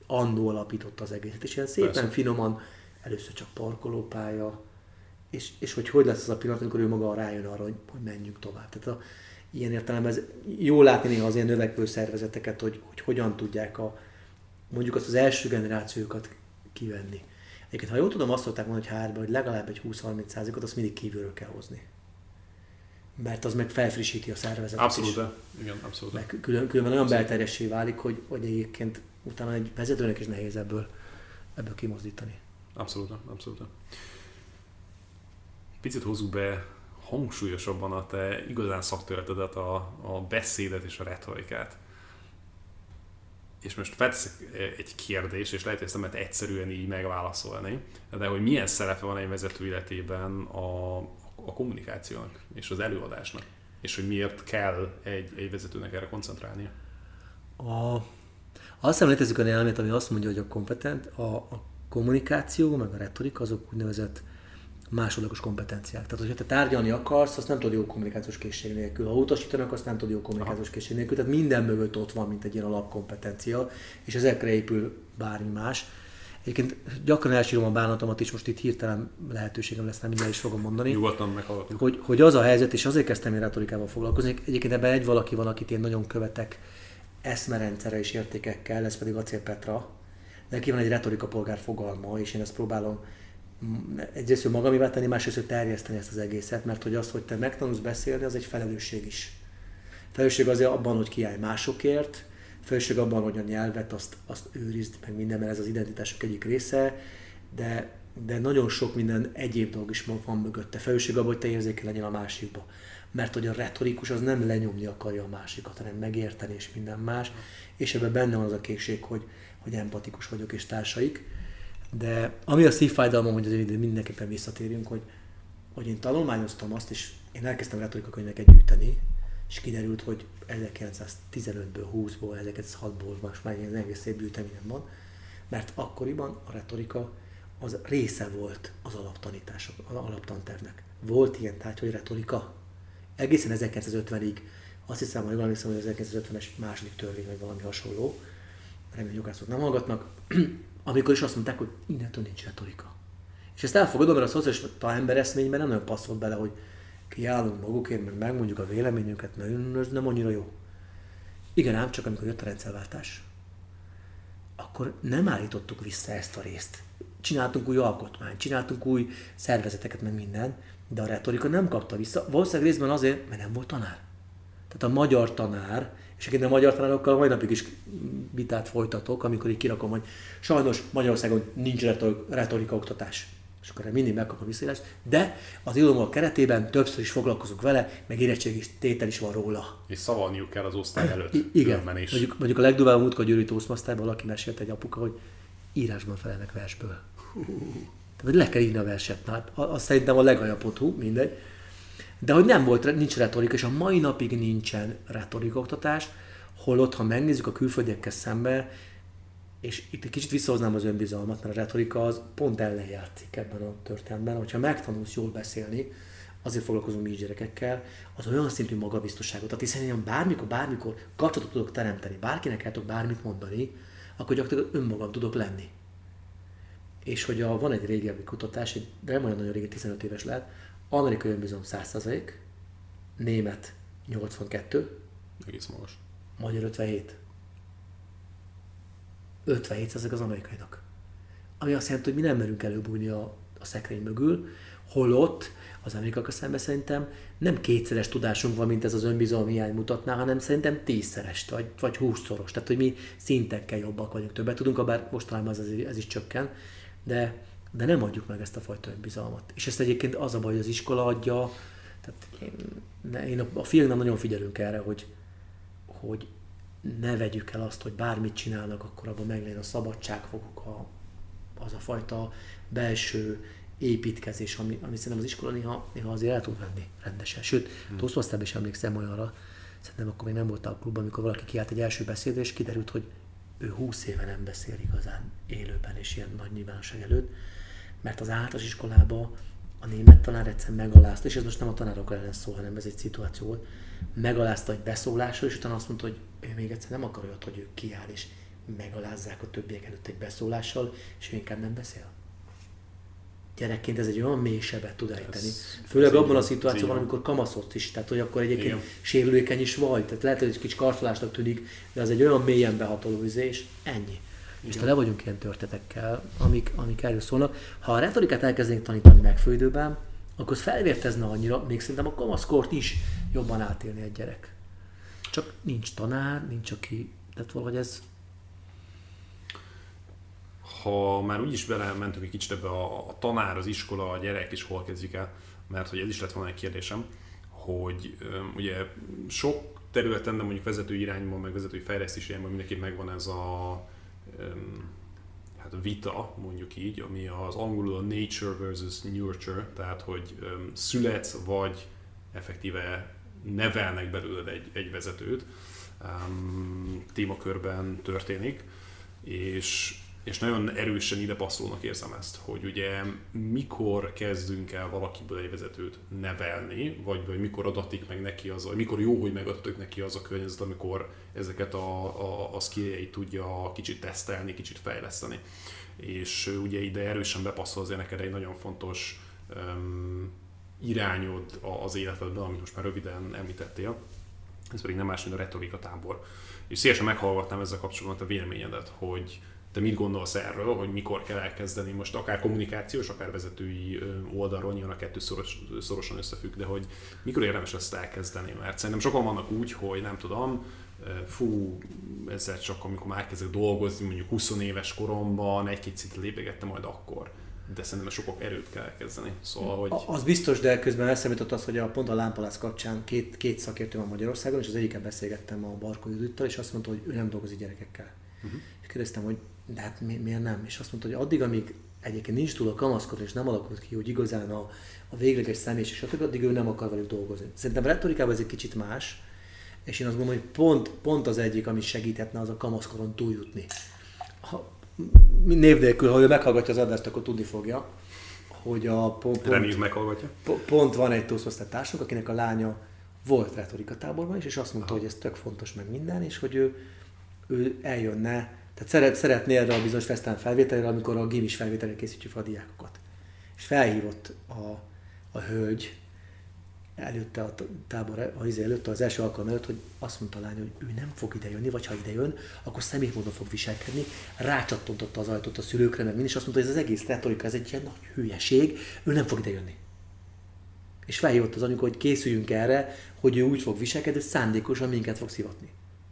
annó alapította az egészet. És ilyen szépen, Persze. finoman, először csak parkolópálya, és, és hogy hogy lesz az a pillanat, amikor ő maga rájön arra, hogy, hogy menjünk tovább. Tehát a, ilyen értelemben ez jó látni néha az ilyen növekvő szervezeteket, hogy, hogy hogyan tudják a, mondjuk azt az első generációkat kivenni. Egyébként, ha jól tudom, azt szokták mondani, hogy há er-ben, hogy legalább egy húsz-harminc százalékot azt mindig kívülről kell hozni. Mert az meg felfrissíti a szervezetet. Abszolút, is. igen, abszolút. Meg külön, különben olyan belterjessé válik, hogy, hogy egyébként utána egy vezetőnek is nehéz ebből, ebből kimozdítani. Abszolút, abszolút. Picit hozzuk be hangsúlyosabban a te igazán szakterületedet, a, a beszédet és a retorikát. És most felteszek egy kérdést, és lehet, hogy ezt nem lehet egyszerűen így megválaszolni, de hogy milyen szerepe van egy vezető életében a, a kommunikációnak és az előadásnak, és hogy miért kell egy, egy vezetőnek erre koncentrálnia? A, azt hiszem, létezik olyan elmélet, ami azt mondja, hogy a kompetent, a, a kommunikáció, meg a retorika, azok úgynevezett másodlagos kompetenciák. Tehát, hogyha te tárgyalni akarsz, azt nem tudod jó kommunikációs készség nélkül. Ha utasítanak, azt nem tudod jó kommunikációs készség nélkül. Tehát minden mögött ott van, mint egy ilyen alapkompetencia, és ezekre épül bármi más. Egyébként gyakran elsírom a bánatomat is, most itt hirtelen lehetőségem lesz, nem minden is fogom mondani. Nyugodtan meghallgatom. Hogy, hogy az a helyzet, és azért kezdtem én retorikával foglalkozni. Egyébként ebben egy valaki van, akit én nagyon követek eszmerendszerre és értékekkel, ez pedig Acél Petra. Neki van egy retorika polgár fogalma, és én ezt próbálom egyrészt magamévá tenni, másrészt terjeszteni ezt az egészet, mert hogy az, hogy te megtanulsz beszélni, az egy felelősség is. Felelősség azért abban, hogy kiállj másokért, felelősség abban, hogy a nyelvet azt, azt őrizd, meg minden, mert ez az identitások egyik része, de, de nagyon sok minden egyéb dolog is van mögötte. Felelősség abban, hogy te érzékeny legyen a másikba. Mert hogy a retorikus az nem lenyomni akarja a másikat, hanem megérteni és minden más, és ebben benne van az a készség, hogy, hogy empatikus vagyok és társaik. De ami a szívfájdalmam, hogy azért mindenképpen visszatérjünk, hogy, hogy én tanulmányoztam azt, és én elkezdtem retorika könyveket gyűjteni, és kiderült, hogy ezerkilencszáztizenötből, húszból, ezerkilencszázhatból most már ilyen egész szép gyűjteményem van, mert akkoriban a retorika az része volt az alaptanítások, az alaptantervnek. Volt ilyen tárgy, hogy retorika. Egészen ezerkilencszázötvenig, azt hiszem, hogy valami hiszem, hogy ezerkilencszázötvenes második törvény, vagy valami hasonló, remélem, jogászok nem hallgatnak, amikor is azt mondták, hogy innentől nincs retorika. És ezt elfogadom, mert a szocialista embereszményben nem nagyon passzolt bele, hogy kiállunk magukért, meg megmondjuk a véleményünket, mert ez nem annyira jó. Igen ám, csak amikor jött a rendszerváltás, akkor nem állítottuk vissza ezt a részt. Csináltunk új alkotmányt, csináltunk új szervezeteket, meg minden, de a retorika nem kapta vissza. Valószínűleg részben azért, mert nem volt tanár. Tehát a magyar tanár, és egyébként a magyar tanárokkal mai napig is vitát folytatok, amikor így kirakom, hogy sajnos Magyarországon nincs retorika oktatás. És akkor mindig megkapom a visszaírást, de az irodalom keretében többször is foglalkozunk vele, meg érettségi tétel is van róla. És szavalniuk kell az osztály előtt. I- igen, is. mondjuk, mondjuk a legdurvább múltkor Győri Toastmasterben valaki mesélt egy apuka, hogy írásban felelnek versből. Tehát le kell írni a verset. Na, hát az szerintem a legaljabb pont hú, mindegy. De hogy nem volt, nincs retorika, és a mai napig nincsen retorika oktatás, holott, ha megnézzük a külföldiekkel szembe, és itt egy kicsit visszahoznám az önbizalmat, mert a retorika az pont ellen játszik ebben a történetben, hogyha megtanulsz jól beszélni, azért foglalkozunk mi is gyerekekkel, az olyan szintű magabiztosságot, tehát hiszen én bármikor, bármikor kapcsolatot tudok teremteni, bárkinek el tudok bármit mondani, akkor gyakorlatilag önmagam tudok lenni. És hogy a, van egy régebbi kutatás, egy, de nem olyan nagyon régi, tizenöt éves lehet, amerikai önbizalom száz százalék, német nyolcvankettő, egész magas. magyar ötvenhét. ötvenhét százalék az amerikainak. Ami azt jelenti, hogy mi nem merünk előbújni a, a szekrény mögül, holott az amerikaiakkal szemben szerintem nem kétszeres tudásunk van, mint ez az önbizalom hiány mutatná, hanem szerintem tízszeres, vagy, vagy húszszoros. Tehát, hogy mi szintekkel jobbak vagyunk, többet tudunk, bár mostanában ez, ez is csökken, de, de nem adjuk meg ezt a fajta önbizalmat. És ezt egyébként az a baj, hogy az iskola adja, tehát én, én a, a fiúknál nagyon figyelünk erre, hogy, hogy ne vegyük el azt, hogy bármit csinálnak, akkor abban meglegyen a szabadságfokuk, a, az a fajta belső építkezés, ami, ami szerintem az iskola néha, néha azért el tud venni rendesen. Sőt, hmm. Toastmasterben is emlékszem olyanra, szerintem akkor még nem voltál a klubban, amikor valaki kiállt egy első beszédre, és kiderült, hogy ő húsz éve nem beszél igazán élőben és ilyen nagy nyilvánosság előtt, mert az általános iskolában a német tanár egyszer megalázta, és ez most nem a tanárok ellen szól, hanem ez egy szituáció volt, megalázta egy beszólásra, és utána azt mondta, hogy ő még egyszer nem akar olyat, hogy ő kiáll, és megalázzák a többiek előtt egy beszólással, és ő inkább nem beszél. Gyerekként ez egy olyan mély sebet tud ejteni. Főleg abban a szituációban, amikor kamaszott is, tehát hogy akkor egyébként igen. sérülékeny is vagy, tehát lehet, hogy egy kicsi karcolásnak tűnik, de az egy olyan mélyen behatoló üzé, és ennyi. Igen. És te le vagyunk ilyen történetekkel, amik, amik erről szólnak. Ha a retorikát elkezdenénk tanítani megfő akkor az felvértezne annyira, még szerintem a kamaszkort is jobban átélni egy gyerek. Csak nincs tanár, nincs aki, tehát valahogy ez... Ha már úgyis belementünk egy kicsit ebbe a, a tanár, az iskola, a gyerek is hol kezdjük el, mert hogy ez is lett volna egy kérdésem, hogy um, ugye sok területen, de mondjuk vezető irányban, meg vezetői fejlesztés irányban mindenképp megvan ez a um, hát vita, mondjuk így, ami az angolul a nature versus nurture, tehát hogy um, születsz, vagy effektíve nevelnek belőled egy, egy vezetőt, um, témakörben történik, és És nagyon erősen ide passzolónak érzem ezt, hogy ugye mikor kezdünk el valakiből egy vezetőt nevelni, vagy, vagy mikor adatik meg neki az, vagy mikor jó, hogy megadatik neki az a környezet, amikor ezeket a, a, a skilljeit tudja kicsit tesztelni, kicsit fejleszteni. És ugye ide erősen bepasszol azért neked egy nagyon fontos um, irányod az életedben, amit most már röviden említettél. Ez pedig nem más, mint a retorika tábor. És szívesen meghallgatnám ezzel kapcsolatban a véleményedet, hogy te mit gondolsz erről, hogy mikor kell elkezdeni, most akár kommunikációs, akár vezetői oldalról, nyilván a kettő szoros, szorosan összefügg, de hogy mikor érdemes ezt elkezdeni, mert szerintem sokan vannak úgy, hogy nem tudom, fú, ezzel csak amikor már elkezdek dolgozni, mondjuk húsz éves koromban, egy-két szintre lépegettem majd akkor. De szerintem sokak erőt kell elkezdeni. Szóval, hogy... Az biztos, de közben eszembe jutott az, hogy a, pont a lámpalász kapcsán két, két szakértő van Magyarországon, és az egyikkel beszélgettem a Barkó Judittal, és azt mondta, hogy ő nem dolgozik gyerekekkel. Uh-huh. És kérdeztem, hogy de hát mi, miért nem? És azt mondta, hogy addig, amíg egyébként nincs túl a kamaszkor, és nem alakult ki, hogy igazán a, a végleges személyiség, stb., addig ő nem akar velük dolgozni. Szerintem retorikában ez egy kicsit más, és én azt gondolom, hogy pont, pont az egyik, ami segíthetne, az a kamaszkoron túljutni. Ha, név nélkül, ha ő meghallgatja az adást, akkor tudni fogja, hogy a pont, Reméljük meghallgatja. Pont van egy tózfosztátársunk, akinek a lánya volt retorikatáborban is, és azt mondta, Aha. hogy ez tök fontos meg minden, és hogy ő, ő eljönne. Tehát szeret, szeretné erre a bizonyos fesztán felvételre, amikor a gimis felvételre készítjük fel a diákokat. És felhívott a, a hölgy előtte a tábor, az előtte, az első alkalom előtt, hogy azt mondta a lány, hogy ő nem fog idejönni, vagy ha idejön, akkor szemétmódon fog viselkedni, rácsattantotta az ajtót a szülőkre, meg mind, és azt mondta, hogy ez az egész retorika, ez egy ilyen nagy hülyeség, ő nem fog idejönni. És felhívott az anyuka, hogy készüljünk erre, hogy ő úgy fog viselkedni, hogy szándékosan minket fog szivatni.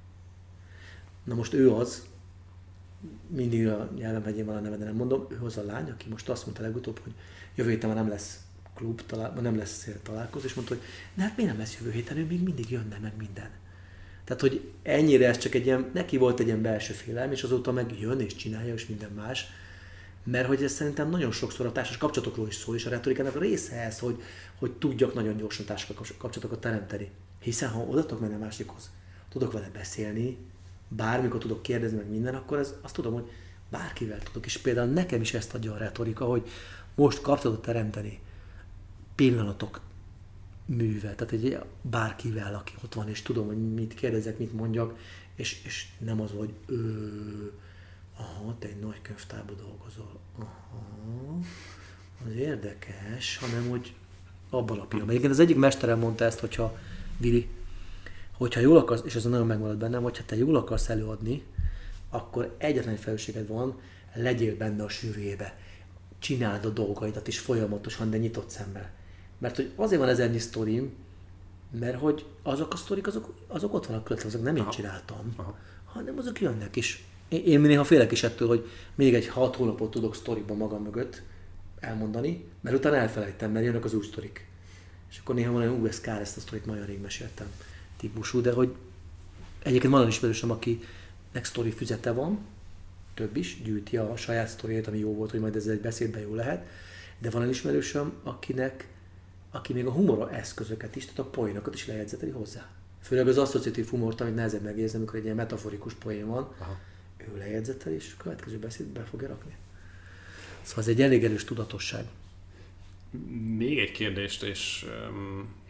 Na most ő az, mindig a nyelvem van a neve, de nem mondom, ő az a lány, aki most azt mondta legutóbb, hogy jövő héten már nem lesz klub, talál, nem lesz találkozó, és mondta, hogy de hát miért nem lesz jövő héten, ő még mindig jönne meg minden. Tehát, hogy ennyire ez csak egy ilyen, neki volt egy ilyen belső félelem, és azóta meg jön és csinálja, és minden más. Mert hogy ez szerintem nagyon sokszor a társas kapcsolatokról is szól, és a retorikának a része ez, hogy, hogy tudjak nagyon gyorsan társas kapcsolatokat teremteni. Hiszen ha oda tudok menni a másikhoz, tudok vele beszélni, bármikor tudok kérdezni meg minden, akkor ez, azt tudom, hogy bárkivel tudok. És például nekem is ezt adja a retorika, hogy most kapcsolatot teremteni pillanatok műve, tehát egy bárkivel, aki ott van, és tudom, hogy mit kérdezek, mit mondjak, és, és nem az, hogy ő, aha, te egy nagy könyvtárban dolgozol, aha, az érdekes, hanem hogy abban a pillanatban. Egyébként az egyik mesterem mondta ezt, hogyha Vili, hogyha jól akarsz, és ez nagyon megmaradt bennem, hogyha te jól akarsz előadni, akkor egyetlen felelősséged van, legyél benne a sűrűjébe. Csináld a dolgaidat is folyamatosan, de nyitott szemmel. Mert hogy azért van ezernyi sztorim, mert hogy azok a sztorik, azok, azok ott vannak körülöttem, azok nem én csináltam, Aha. hanem azok jönnek is. Én, én néha félek is ettől, hogy még egy hat hónapot tudok sztorikban magam mögött elmondani, mert utána elfelejtem, mert jönnek az új sztorik. És akkor néha van olyan, ú, ez kár, ezt a sztorit nagyon rég meséltem típusú, de hogy egyébként van olyan ismerősöm, akinek sztori füzete van, több is, gyűjti a saját sztoriét, ami jó volt, hogy majd ez egy beszédben jó lehet, de van olyan ismerősöm, akinek, aki még a humor eszközöket is, tehát a poénokat is lejegyzeteli hozzá. Főleg az asszociatív humort, amit nehezebb megjegyezni, amikor egy ilyen metaforikus poén van, Aha. ő lejegyzetel, és a következő beszédbe be fogja rakni. Szóval ez egy elég erős tudatosság. Még egy kérdést, és um,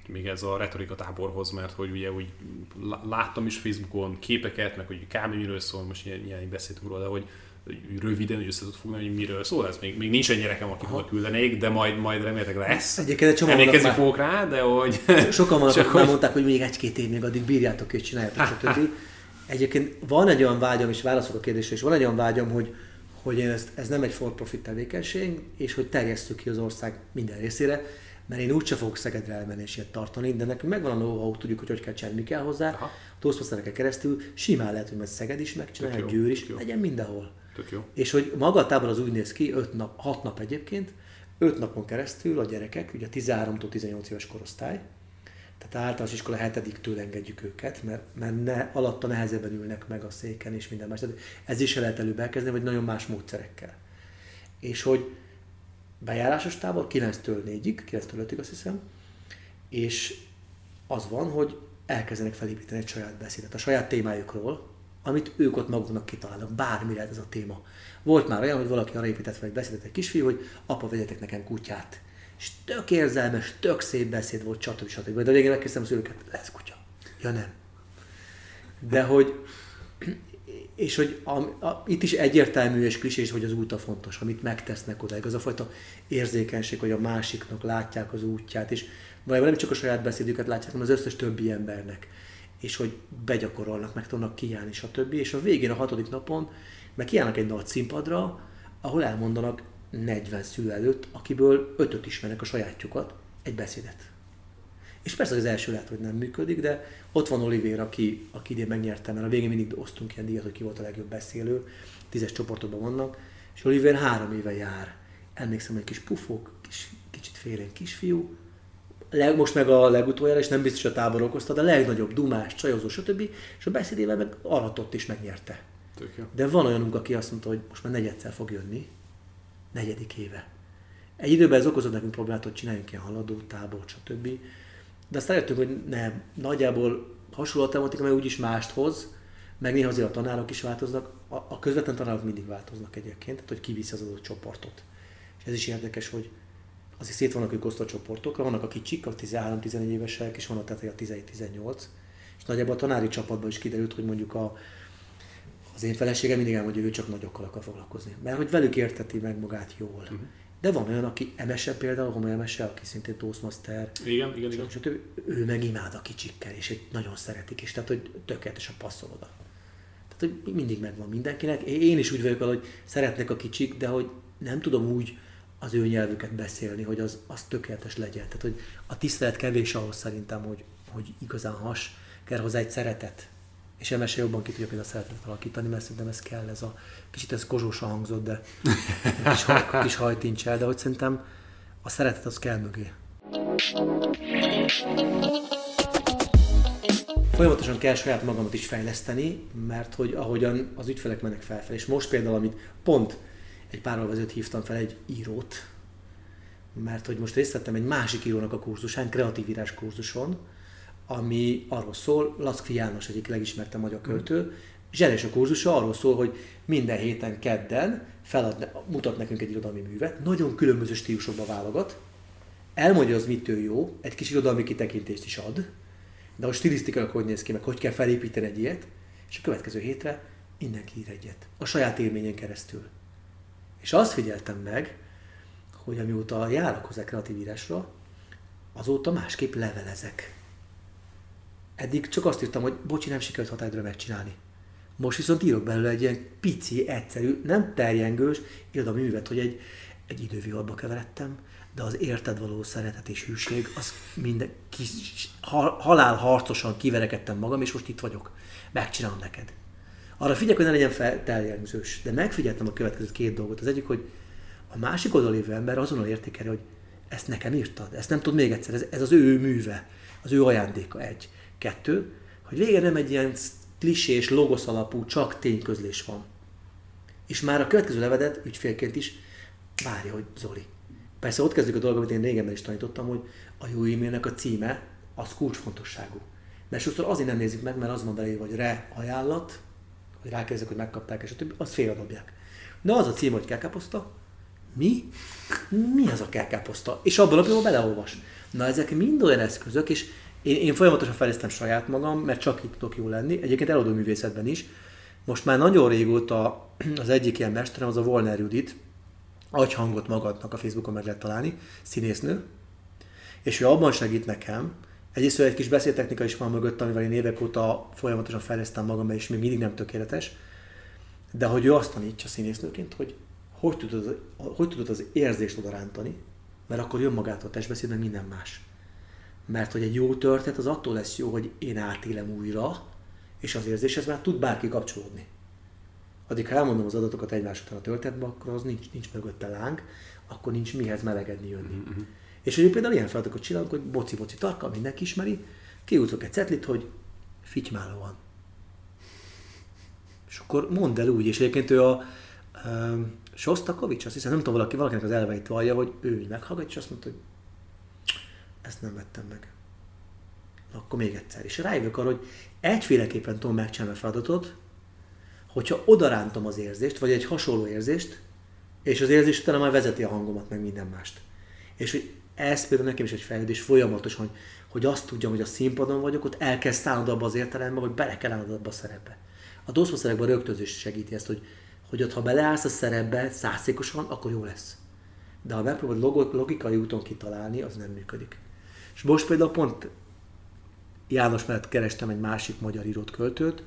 még ez a retorika táborhoz, mert hogy ugye úgy láttam is Facebookon képeket, meg hogy kb. Miről szól, most ilyen, ilyen beszéltünk róla, de hogy röviden hogy össze tud fogni, hogy miről szól, ez még, még nincs egy gyerekem, akit majd küldenék, de majd, majd remélhetőleg lesz. Egyébként egy csomó emlékezni fogok rá, de hogy... Sokan vannak, akik már mondták, hogy még egy-két év még addig bírjátok és csináljátok, stb. Egyébként van egy olyan vágyam, és válaszolok a kérdésre, és van egy olyan vágyam, hogy, hogy ez, ez nem egy for-profit tevékenység, és hogy terjesszük ki az ország minden részére, mert én úgyse fogok Szegedre elmenni és ilyet tartani, de nekünk megvan a know-how, tudjuk, hogy hogy kell csinálni, mi kell hozzá. Aha. A Toastmastereken keresztül simán lehet, hogy majd Szeged is megcsinálja, Győr is, legyen mindenhol. Tök jó. És hogy maga a tábor az úgy néz ki, öt nap, hat nap egyébként, öt napon keresztül a gyerekek, ugye tizenháromtól tizennyolc éves korosztály, tehát általános iskola hetediktől engedjük őket, mert, mert ne, alatta nehezebben ülnek meg a széken és minden más. Tehát ez is lehet előbb elkezdeni, vagy nagyon más módszerekkel. És hogy bejárásos tábor kilenctől négyig, kilenctől ötig azt hiszem, és az van, hogy elkezdenek felépíteni egy saját beszédet a saját témájukról, amit ők ott maguknak kitalálnak, bármi lehet ez a téma. Volt már olyan, hogy valaki arra épített fel egy beszédet egy kisfiú, hogy apa, vegyetek nekem kutyát. És tök érzelmes, tök szép beszéd volt, stb. stb. De végén megkérdeztem az őket, lesz kutya. Ja nem. De hogy, és hogy a, a, itt is egyértelmű és klisés, hogy az út a fontos, amit megtesznek oda. Az a fajta érzékenység, hogy a másiknak látják az útját, és valójában nem csak a saját beszédüket látják, hanem az összes többi embernek. És hogy begyakorolnak, meg tudnak kiállni, stb. És a végén, a hatodik napon meg kiállnak egy nagy színpadra, ahol elmondanak negyven szülő előtt, akiből ötöt ismernek a sajátjukat, egy beszédet. És persze az első lehet, hogy nem működik, de ott van Olivér, aki, aki idén megnyerte, mert a végén mindig osztunk ilyen díjat, hogy ki volt a legjobb beszélő, tízes csoportokban vannak, és Olivér három éve jár. Emlékszem, hogy kis pufók, kis, kicsit félén kisfiú, leg, most meg a legutoljára, és nem biztos, hogy a tábor okozta, de a legnagyobb dumás, csajozó, stb. És a beszédével meg aratott és megnyerte. De van olyanunk, aki azt mondta, hogy most már negyedszer fog jönni, negyedik éve. Egy időben ez okozott nekünk problémát, hogy csináljunk ilyen haladó tábor, stb. De azt rájöttünk, hogy nem, nagyjából hasonló a tematika, mert úgyis mást hoz, meg néha azért a tanárok is változnak, a, a közvetlen tanárok mindig változnak egyébként, tehát hogy kiviszi az adott csoportot. És ez is érdekes, hogy azért szét vannak ők osztva csoportokra, vannak a kicsik, a tizenhárom-tizenegy évesek, és vannak tehát a tizenhét-tizennyolc. És nagyjából a tanári csapatban is kiderült, hogy mondjuk a, az én feleségem mindig elmondja, hogy ő csak nagyokkal akar foglalkozni. Mert hogy velük érteti meg magát jól. Uh-huh. De van olyan, aki emese például, Homo emese, aki szintén Toastmaster. Igen, igen, igen. Stb. Ő meg imád a kicsikkel, és egy nagyon szeretik, és tehát, hogy tökéletesen passzol oda. Tehát, hogy mindig megvan mindenkinek. Én is úgy vagyok vele, hogy szeretnek a kicsik, de hogy nem tudom úgy az ő nyelvüket beszélni, hogy az, az tökéletes legyen. Tehát, hogy a tisztelet kevés ahhoz szerintem, hogy, hogy igazán has, kell hozzá egy szeretet. És emese jobban ki tudja például a szeretetet alakítani, mert szerintem ez kell, ez a kicsit ez kozsósan hangzott, de kis, haj, kis hajtincsel, de hogy szerintem a szeretet az kell mögé. Folyamatosan kell saját magamat is fejleszteni, mert hogy ahogyan az ügyfelek mennek felfelé, és most például, amit pont egy párral vezetőt hívtam fel, egy írót, mert hogy most részt vettem egy másik írónak a kurzusán, kreatív írás kurzuson, ami arról szól, Laszkfi János egyik legismertebb magyar költő, zseniális a kurzusa, arról szól, hogy minden héten kedden felad, mutat nekünk egy irodalmi művet, nagyon különböző stílusokba válogat, elmondja az, mitől jó, egy kis irodalmi kitekintést is ad, de a stilisztikailag hogy néz ki, meg hogy kell felépíteni egy ilyet, és a következő hétre mindenki ír egyet, a saját élményen keresztül. És azt figyeltem meg, hogy amióta járok hozzá kreatív írásra, azóta másképp levelezek. Eddig csak azt írtam, hogy bocsi, nem sikerült határidőre megcsinálni. Most viszont írok belőle egy ilyen pici, egyszerű, nem terjengős irodalmi művet, hogy egy, egy időviharba keveredtem, de az érted való szeretet és hűség, az minden kis, halálharcosan kiverekedtem magam, és most itt vagyok. Megcsinálom neked. Arra figyelj, hogy ne legyen fel, terjengős, de megfigyeltem a következő két dolgot. Az egyik, hogy a másik oldalon lévő ember azonnal értékeli, hogy ezt nekem írtad, ezt nem tud még egyszer, ez, ez az ő műve, az ő ajándéka, egy. Kettő, hogy végre nem egy ilyen klisés, logosz alapú, csak tényközlés van. És már a következő levelet ügyfélként is várja, hogy Zoli. Persze ott kezdjük a dolgot, amit én régebben is tanítottam, hogy a jó e-mailnek a címe az kulcsfontosságú. Mert sokszor azért nem nézik meg, mert az van belé, hogy re ajánlat, hogy rákezdek, hogy megkapták, és a többi, azt félredobják. De az a cím, hogy kelkáposzta, mi? Mi az a kelkáposzta? És abban a pillanatban beleolvas. Na ezek mind olyan eszközök, és én, én folyamatosan fejlesztem saját magam, mert csak itt tudok jó lenni, egyébként eladó művészetben is. Most már nagyon régóta az egyik ilyen mesterem, az a Volner Judit, Agyhangot magadnak a Facebookon meg lehet találni, színésznő, és ő abban segít nekem, egyrészt egy kis beszédtechnika is van mögött, amivel én évek óta folyamatosan fejlesztem magam, és még mindig nem tökéletes, de hogy ő azt tanítja színésznőként, hogy hogy tudod, az, hogy tudod az érzést odarántani, mert akkor jön magától a testbeszéd, meg minden más. Mert hogy egy jó történet az attól lesz jó, hogy én átélem újra, és az érzéshez már tud bárki kapcsolódni. Addig, ha elmondom az adatokat egymás után a történetben, akkor az nincs, nincs mögötte láng, akkor nincs mihez melegedni jönni. Mm-hmm. És hogy például ilyen feladatokat csinálunk, hogy boci-boci tarka, mindenki ismeri, kiúzok egy cetlit, hogy fitymáló van. És akkor mondd el úgy, és egyébként ő a um, Sostakovics, azt hiszem, nem tudom, valaki, valakinek az elveit vallja, hogy ő így meghallgatja, és azt mondta, hogy ezt nem vettem meg. Na, akkor még egyszer. És rájövök arra, hogy egyféleképpen tudom megcsinálni a feladatot, hogyha odarántom az érzést, vagy egy hasonló érzést, és az érzés utána már vezeti a hangomat, meg minden mást. És hogy ez például nekem is egy fejlődés folyamatosan, hogy, hogy azt tudjam, hogy a színpadon vagyok, ott el kell szállnod abba az értelembe, hogy bele kell állnod abba a szerepbe. A doszmaszerekben a rögtönzés segíti ezt, hogy, hogy ott ha beleállsz a szerepbe százszékosan, akkor jó lesz. De ha megpróbálod logikai úton kitalálni, az nem működik. És most például pont János mellett kerestem egy másik magyar írót, költőt,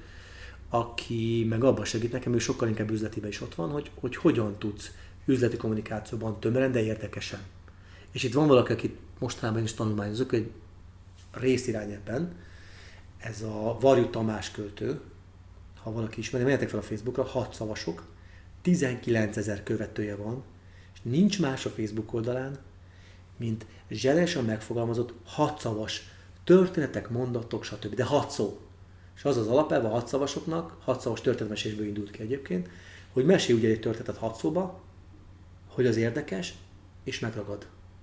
aki meg abban segít nekem, ő sokkal inkább üzletiben is ott van, hogy, hogy hogyan tudsz üzleti kommunikációban tömören, de érdekesen. És itt van valaki, akit mostanában is tanulmányozok, egy részirány ebben, ez a Varjú Tamás költő, ha valaki ismeri, menjetek fel a Facebookra, hat szavasok, tizenkilencezer követője van, és nincs más a Facebook oldalán, mint zselesen megfogalmazott hat szavas történetek, mondatok, stb. De hat szó. És az az alapelve a hatszavasoknak, hatszavas történetmesésből indult ki egyébként, hogy mesélj ugye egy történetet hat szóba, hogy az érdekes, és megragad.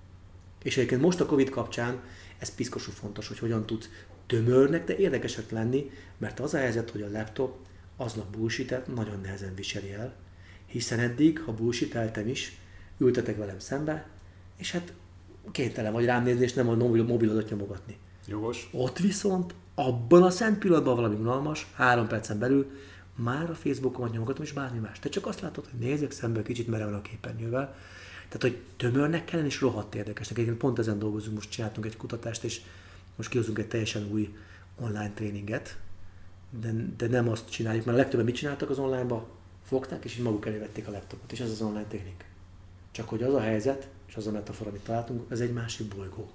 És egyébként most a Covid kapcsán ez piszkosul fontos, hogy hogyan tudsz tömörnek, de érdekesek lenni, mert az a helyzet, hogy a laptop aznap bullshit-et nagyon nehezen viseli el, hiszen eddig, ha bullshit-eltem is, ültetek velem szembe, és hát kénytelen vagy rám nézni, és nem a mobil, mobilodat nyomogatni. Jogos. Ott viszont abban a szent pillanatban valami unalmas, három percen belül már a Facebookon vagy nyomogatom, és bármi más. Te csak azt látod, hogy nézzek szembe kicsit mereven a képernyővel. Tehát, hogy tömörnek kellene, és rohadt érdekesnek. Egyébként pont ezen dolgozunk, most csináltunk egy kutatást, és most kihozunk egy teljesen új online tréninget, de, de nem azt csináljuk, mert a legtöbben mit csináltak az online-ba? Fogták, és így maguk elé vették a laptopot, és ez az online tréning. Csak hogy az a helyzet, és az a metafora, amit találtunk, ez egy másik bolygó.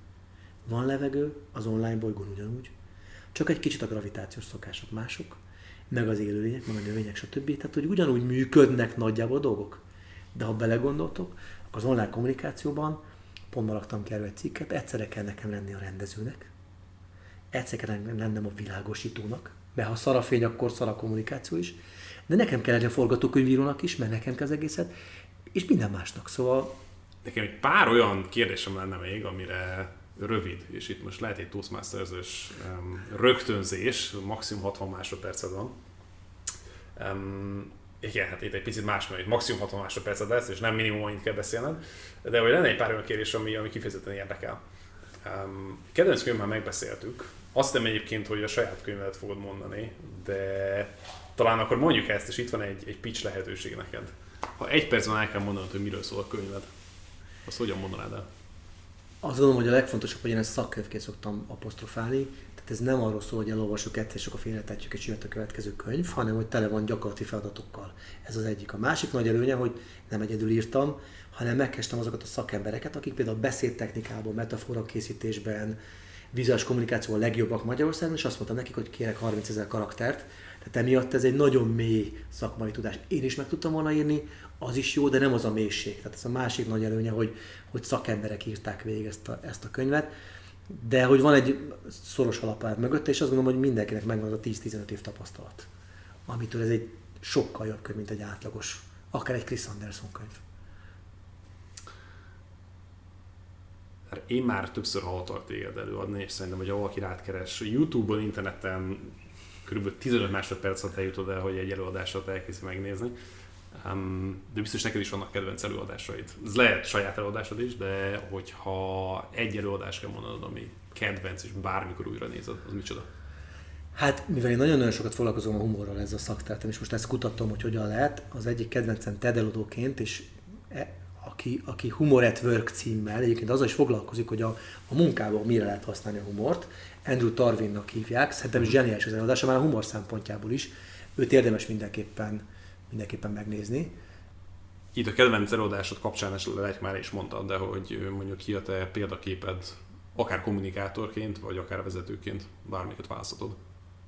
Van levegő, az online bolygón ugyanúgy, csak egy kicsit a gravitációs szokások mások, meg az élőlények, meg a növények, stb. Tehát, hogy ugyanúgy működnek nagyjából a dolgok. De ha belegondoltok, akkor az online kommunikációban, pont ma raktam ki erről egy cikket, egyszerre kell nekem lenni a rendezőnek, egyszerre kell lennem a világosítónak, mert ha szar a fény, akkor szar a kommunikáció is, de nekem kell lenni a forgatókönyvírónak is, mert nekem kell az egészet, és minden másnak. Szóval... Nekem egy pár olyan kérdésem lenne még, amire rövid, és itt most lehet egy Toastmasters-ös um, rögtönzés, maximum hatvan másodperced van. Um, igen, hát itt egy picit más, mert maximum hatvan másodperced lesz, és nem minimum annyit kell beszélned, de hogy lenne egy pár olyan kérdés, ami, ami kifejezetten érdekel. Um, kedvenc könyv már megbeszéltük, azt nem egyébként, hogy a saját könyvedet fogod mondani, de talán akkor mondjuk ezt, és itt van egy, egy pitch lehetőség neked. Ha egy percben el kell mondanod, hogy miről szól a könyved, azt hogyan mondanád el? Azt gondolom, hogy a legfontosabb, hogy én ezt szakkönyvként szoktam apostrofálni, tehát ez nem arról szól, hogy elolvasok egyszer, és akkor félretetjük, és jött a következő könyv, hanem hogy tele van gyakorlati feladatokkal. Ez az egyik. A másik nagy előnye, hogy nem egyedül írtam, hanem megkerestem azokat a szakembereket, akik például beszédtechnikában, metafora készítésben, vizuális kommunikációban a legjobbak Magyarországon, és azt mondtam nekik, hogy kérek harmincezer karaktert, tehát emiatt ez egy nagyon mély szakmai tudás. Én is meg tudtam volna írni, az is jó, de nem az a mélység. Tehát ez a másik nagy előnye, hogy, hogy szakemberek írták végig ezt a, ezt a könyvet, de hogy van egy szoros alapelv mögötte, és azt gondolom, hogy mindenkinek megvan az a tíz-tizenöt év tapasztalat, amitől ez egy sokkal jobb könyv, mint egy átlagos, akár egy Chris Anderson könyv. Én már többször hallottak téged előadni, és szerintem, hogy ha valaki rád keres YouTube-on, interneten kb. tizenöt másodperc alatt eljutod el, hogy egy előadásot elkezd megnézni. Um, de biztos neked is vannak kedvenc előadásaid. Ez lehet saját előadásod is, de hogyha egy előadást kell mondanod, ami kedvenc, és bármikor újra nézed, az micsoda? Hát, mivel én nagyon-nagyon sokat foglalkozom a humorral ez a szaktártan, és most ezt kutattam, hogy hogyan lehet, az egyik kedvencem Ted előadóként, és e, aki, aki Humor at Work címmel, egyébként azzal is foglalkozik, hogy a, a munkában mire lehet használni a humort. Andrew Tarvinnak hívják, szerintem is zseniális az előadása, már a humor szempontjából is. Őt érdemes mindenképpen, mindenképpen megnézni. Itt a kedvenc előadásod kapcsán lehet már is mondtad, de hogy mondjuk ki a te példaképed, akár kommunikátorként, vagy akár vezetőként, bármiket választhatod.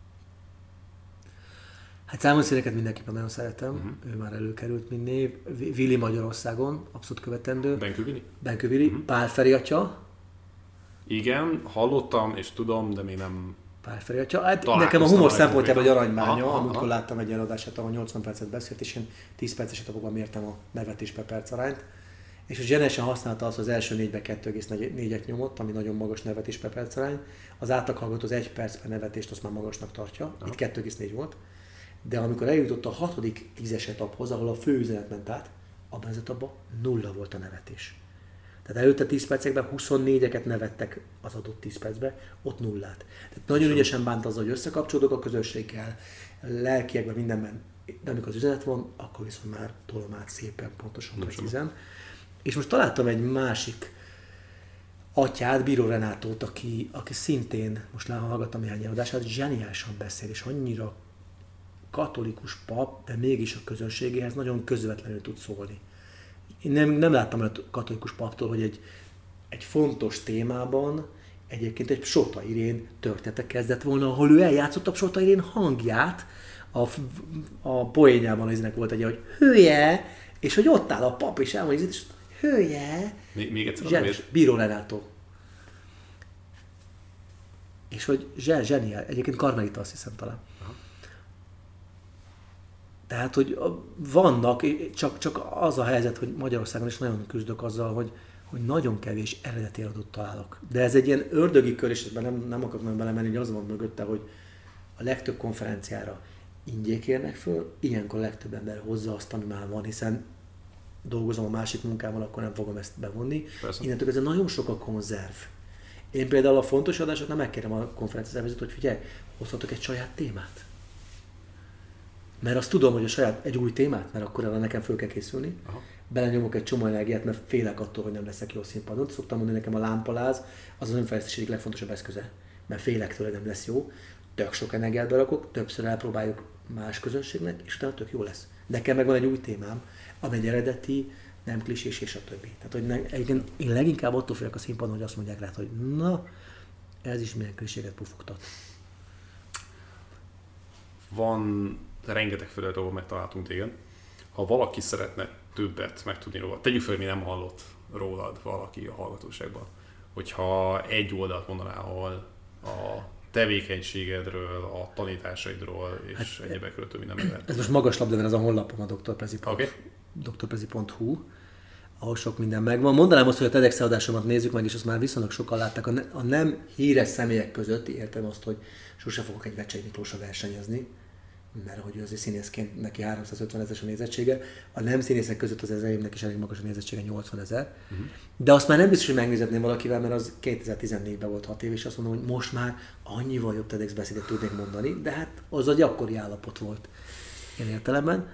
Hát Simon Sineket mindenképpen nagyon szeretem, uh-huh. ő már előkerült, mint név. Willy Magyarországon, abszolút követendő. Benkő Willy? Benkő Willy, uh-huh. Pál Feri atya. Igen, hallottam és tudom, de még nem... Pál Feri atya. Hát nekem a humor szempontjából egy aranybánya, aha, amikor aha. láttam egy előadását, ahol nyolcvan percet beszélt, és én tíz perces etapokban mértem a nevetés per perc arányt. És zseniálisan használta azt, az első négybe kettő egész négyet nyomott, ami nagyon magas nevetés per perc arány. Az átlaghallgató az egy perc per nevetést, azt már magasnak tartja, aha. Itt kettő egész négy volt. De amikor eljutott a hatodik tízes etaphoz, ahol a fő üzenet ment át, abban az etapban nulla volt a nevetés. Tehát előtte tíz percekben huszonnégyeket nevettek az adott tíz percben, ott nullát. Tehát nagyon ügyesen bánt azzal, hogy összekapcsolódok a közösséggel, lelkiekben, mindenben. De amikor az üzenet van, akkor viszont már tolom át szépen, pontosan, precízen. És most találtam egy másik atyát, Bíró Renátót, aki, aki szintén, most hallgattam néhány előadását, zseniálisan beszél, és annyira katolikus pap, de mégis a közönségéhez nagyon közvetlenül tud szólni. Én nem, nem láttam a katolikus paptól, hogy egy, egy fontos témában egyébként egy Sota Irén története kezdett volna, ahol ő eljátszotta a Sota Irén hangját, a, a poénjában az volt egy, hogy hülye, és hogy ott áll a pap, és elmondja, és hülye. Még, még egyszer Zseniális, Bíró Renátó. És hogy zseniál, egyébként karmelita, azt hiszem talán. Aha. Tehát, hogy vannak, csak, csak az a helyzet, hogy Magyarországon is nagyon küzdök azzal, hogy, hogy nagyon kevés eredeti előadót találok. De ez egy ilyen ördögi kör, és ebben nem, nem akarok nagyon belemenni, hogy az van mögötte, hogy a legtöbb konferenciára ingyék érnek föl, ilyenkor a legtöbb ember hozza azt, ami már van, hiszen dolgozom a másik munkával, akkor nem fogom ezt bevonni. Persze. Innentől ez nagyon sok a konzerv. Én például a fontos adásoknál megkérem a konferenciaszervezőt, hogy figyelj, hozhatok egy saját témát. Mert azt tudom, hogy a saját egy új témát, mert akkor arra nekem föl kell készülni. Aha. Belenyomok egy csomó energiát, mert félek attól, hogy nem leszek jó színpadon. Szoktam mondani, nekem a lámpaláz az az önfejlesztés egyik legfontosabb eszköze, mert félek tőle, nem lesz jó. Tök sok energiát berakok, többször elpróbáljuk más közönségnek, és utána tök jó lesz. Nekem meg van egy új témám, ami egy eredeti, nem klisés és a többi. Tehát, hogy ne, egyébként én leginkább attól félek a színpadon, hogy azt mondják rá, hogy na, ez is milyen kliséget pufogtat. Van rengeteg féle dolgot megtaláltunk téged. Ha valaki szeretne többet megtudni rólad, tegyük fel, hogy mi nem hallott rólad valaki a hallgatóságban, hogyha egy oldalt mondanál, ahol a tevékenységedről, a tanításaidról és hát, egyebekről több minden mellett. Ez most magas labda, mert ez a honlapom a doktorprezi pont hu, ahol sok minden megvan. Mondanám azt, hogy a TEDx adásomat nézzük meg, és azt már viszonylag sokan látták. A, ne, a nem híres személyek között értem azt, hogy sose fogok egy Vecsei Miklóssal versenyezni, mert hogy ő azért színészként neki háromszázötven ezeres a nézettsége, a nem színészek között az ezereimnek is elég magas a nézettsége, nyolcvan ezer. Uh-huh. De azt már nem biztos, hogy megnézetném valakivel, mert az kétezer-tizennégyben volt hat év, és azt mondom, hogy most már annyival jobb TEDx beszédet tudnék mondani, de hát az a gyakori állapot volt ilyen értelemben.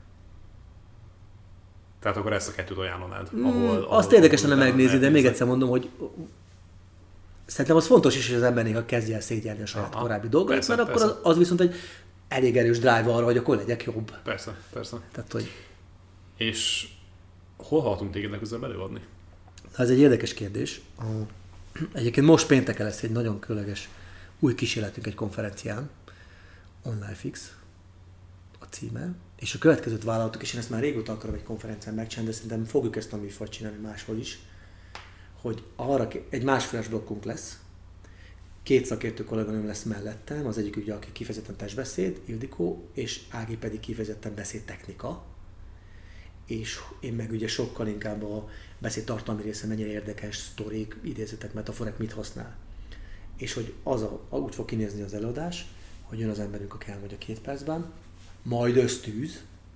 Tehát akkor ezt a kettőt ajánlanád? Ahol, mm, azt érdekes lenne megnézni, de még egyszer mondom, hogy szerintem az fontos is, hogy az ember néha kezdje el szégyelni a saját Aha, korábbi dolgait, mert persze. Akkor az, az viszont egy elég erős drive arra, hogy akkor legyek jobb. Persze, persze. Tehát, hogy... És hol hallhatunk téged legközelebb előadni? Ez egy érdekes kérdés. Egyébként most pénteken lesz egy nagyon különleges új kísérletünk egy konferencián, Online Fix a címe, és a következőt vállaltuk, és én ezt már régóta akarom egy konferencián megcsinálni, de szerintem fogjuk ezt a műfajt csinálni máshol is, hogy arra egy másféles blokkunk lesz, két szakértő kolléganőm lesz mellettem, az egyik ugye, aki kifejezetten testbeszéd, Ildikó, és Ági pedig kifejezetten beszédtechnika, és én meg ugye sokkal inkább a beszéd tartalmi része mennyire érdekes, sztorik, idézetek, metaforák mit használ. És hogy az a, úgy fog kinézni az előadás, hogy jön az emberünk, aki elmondja két percben, majd ösztűz,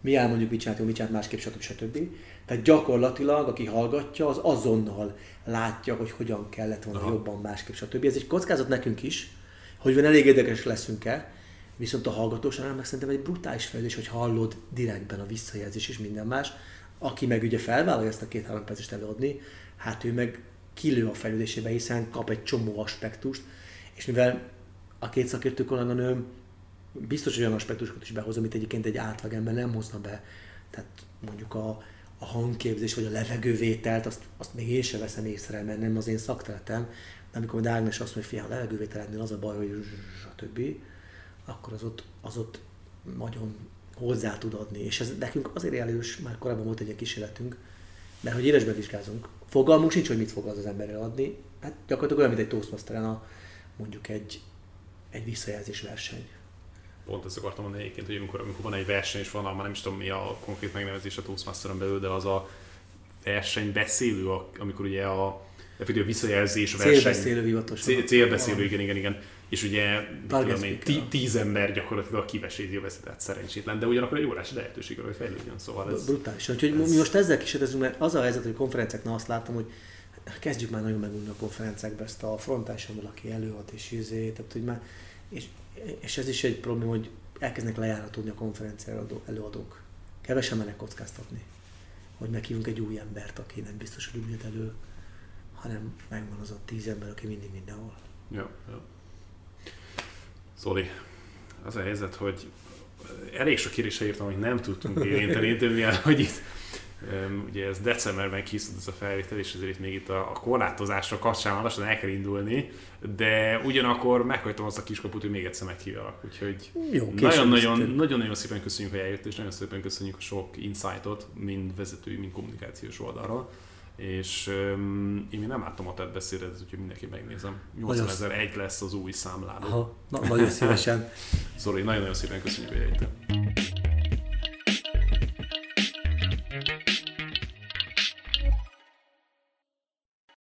mi elmondjuk, mit csináltunk, mit csinált másképp, stb. stb. Tehát gyakorlatilag, aki hallgatja, az azonnal látja, hogy hogyan kellett volna Aha. jobban, másképp, stb. Ez egy kockázat nekünk is, hogy van elég érdekes leszünk-e, viszont a hallgatóságnál meg szerintem egy brutális fejlődés, hogy hallod direktben a visszajelzés és minden más. Aki meg ugye felvállalja ezt a két-három percest előadni, hát ő meg kilő a fejlődésébe, hiszen kap egy csomó aspektust, és mivel a két szakértő kolléganőm biztos olyan aspektusokat is behoz, amit egyébként egy átlagember nem hozna be. Tehát mondjuk a, a hangképzés vagy a levegővételt, azt, azt még én sem veszem észre, mert nem az én szakterületem, de amikor Ágnes azt mondja, hogy a levegővételednél az a baj, hogy stb., akkor az ott, az ott nagyon hozzá tud adni. És ez nekünk azért elős, már korábban volt egy ilyen kísérletünk, mert hogy élesben vizsgázunk. Fogalmunk sincs, hogy mit fog az az emberre adni. Hát gyakorlatilag olyan, mint egy Toastmasteren a mondjuk egy, egy visszajelzés verseny. Pont ezt akartam mondani egyébként, hogy amikor, amikor van egy verseny, és van, már nem is tudom mi a konkrét megnevezés a Toastmasteren belül, de az a versenybeszélő, amikor ugye a, a visszajelzés verseny. Célbeszélő hivatosan. Cél, célbeszélő, igen, igen, igen. És ugye tudom én, tí, tíz ember gyakorlatilag kivesézi a beszédet, szerencsétlen, de ugyanakkor egy órási lehetőség arra, hogy fejlődjön, szóval ez... Brutális. Úgyhogy ez... mi most ezzel kísérletezünk, mert az a helyzet, hogy konferenciáknál azt látom, hogy kezdjük már nagyon megunni a konferenciákba ezt a frontálisan aki előad és izé, tehát hogy már... És, és ez is egy probléma, hogy elkezdenek lejáratódni a konferencia előadók. Kevesen mennek kockáztatni, hogy meghívunk egy új embert, aki nem biztos, hogy úgy jött elő, hanem megvan az a tíz ember, aki mindig mindenhol. Ja, ja. Zoli, az a helyzet, hogy elég sok kérdésre írtam, hogy nem tudtunk érinteni, de mivel, hogy itt um, ugye ez decemberben készült ez a felvétel, és ezért még itt a, a korlátozásra kapcsán lassan el kell indulni, de ugyanakkor meghagytam azt a kiskaput, hogy még egyszer meghívjalak, úgyhogy nagyon-nagyon szépen köszönjük, hogy eljött, és nagyon szépen köszönjük a sok insightot, mind vezetői, mind kommunikációs oldalról. És um, én még nem láttam a tett beszédet, úgyhogy mindenki megnézem. nyolcvanezer egy lesz az új számláló. Aha, na, nagyon szívesen. Zoli, nagyon-nagyon szépen köszönjük, hogy eljöttél.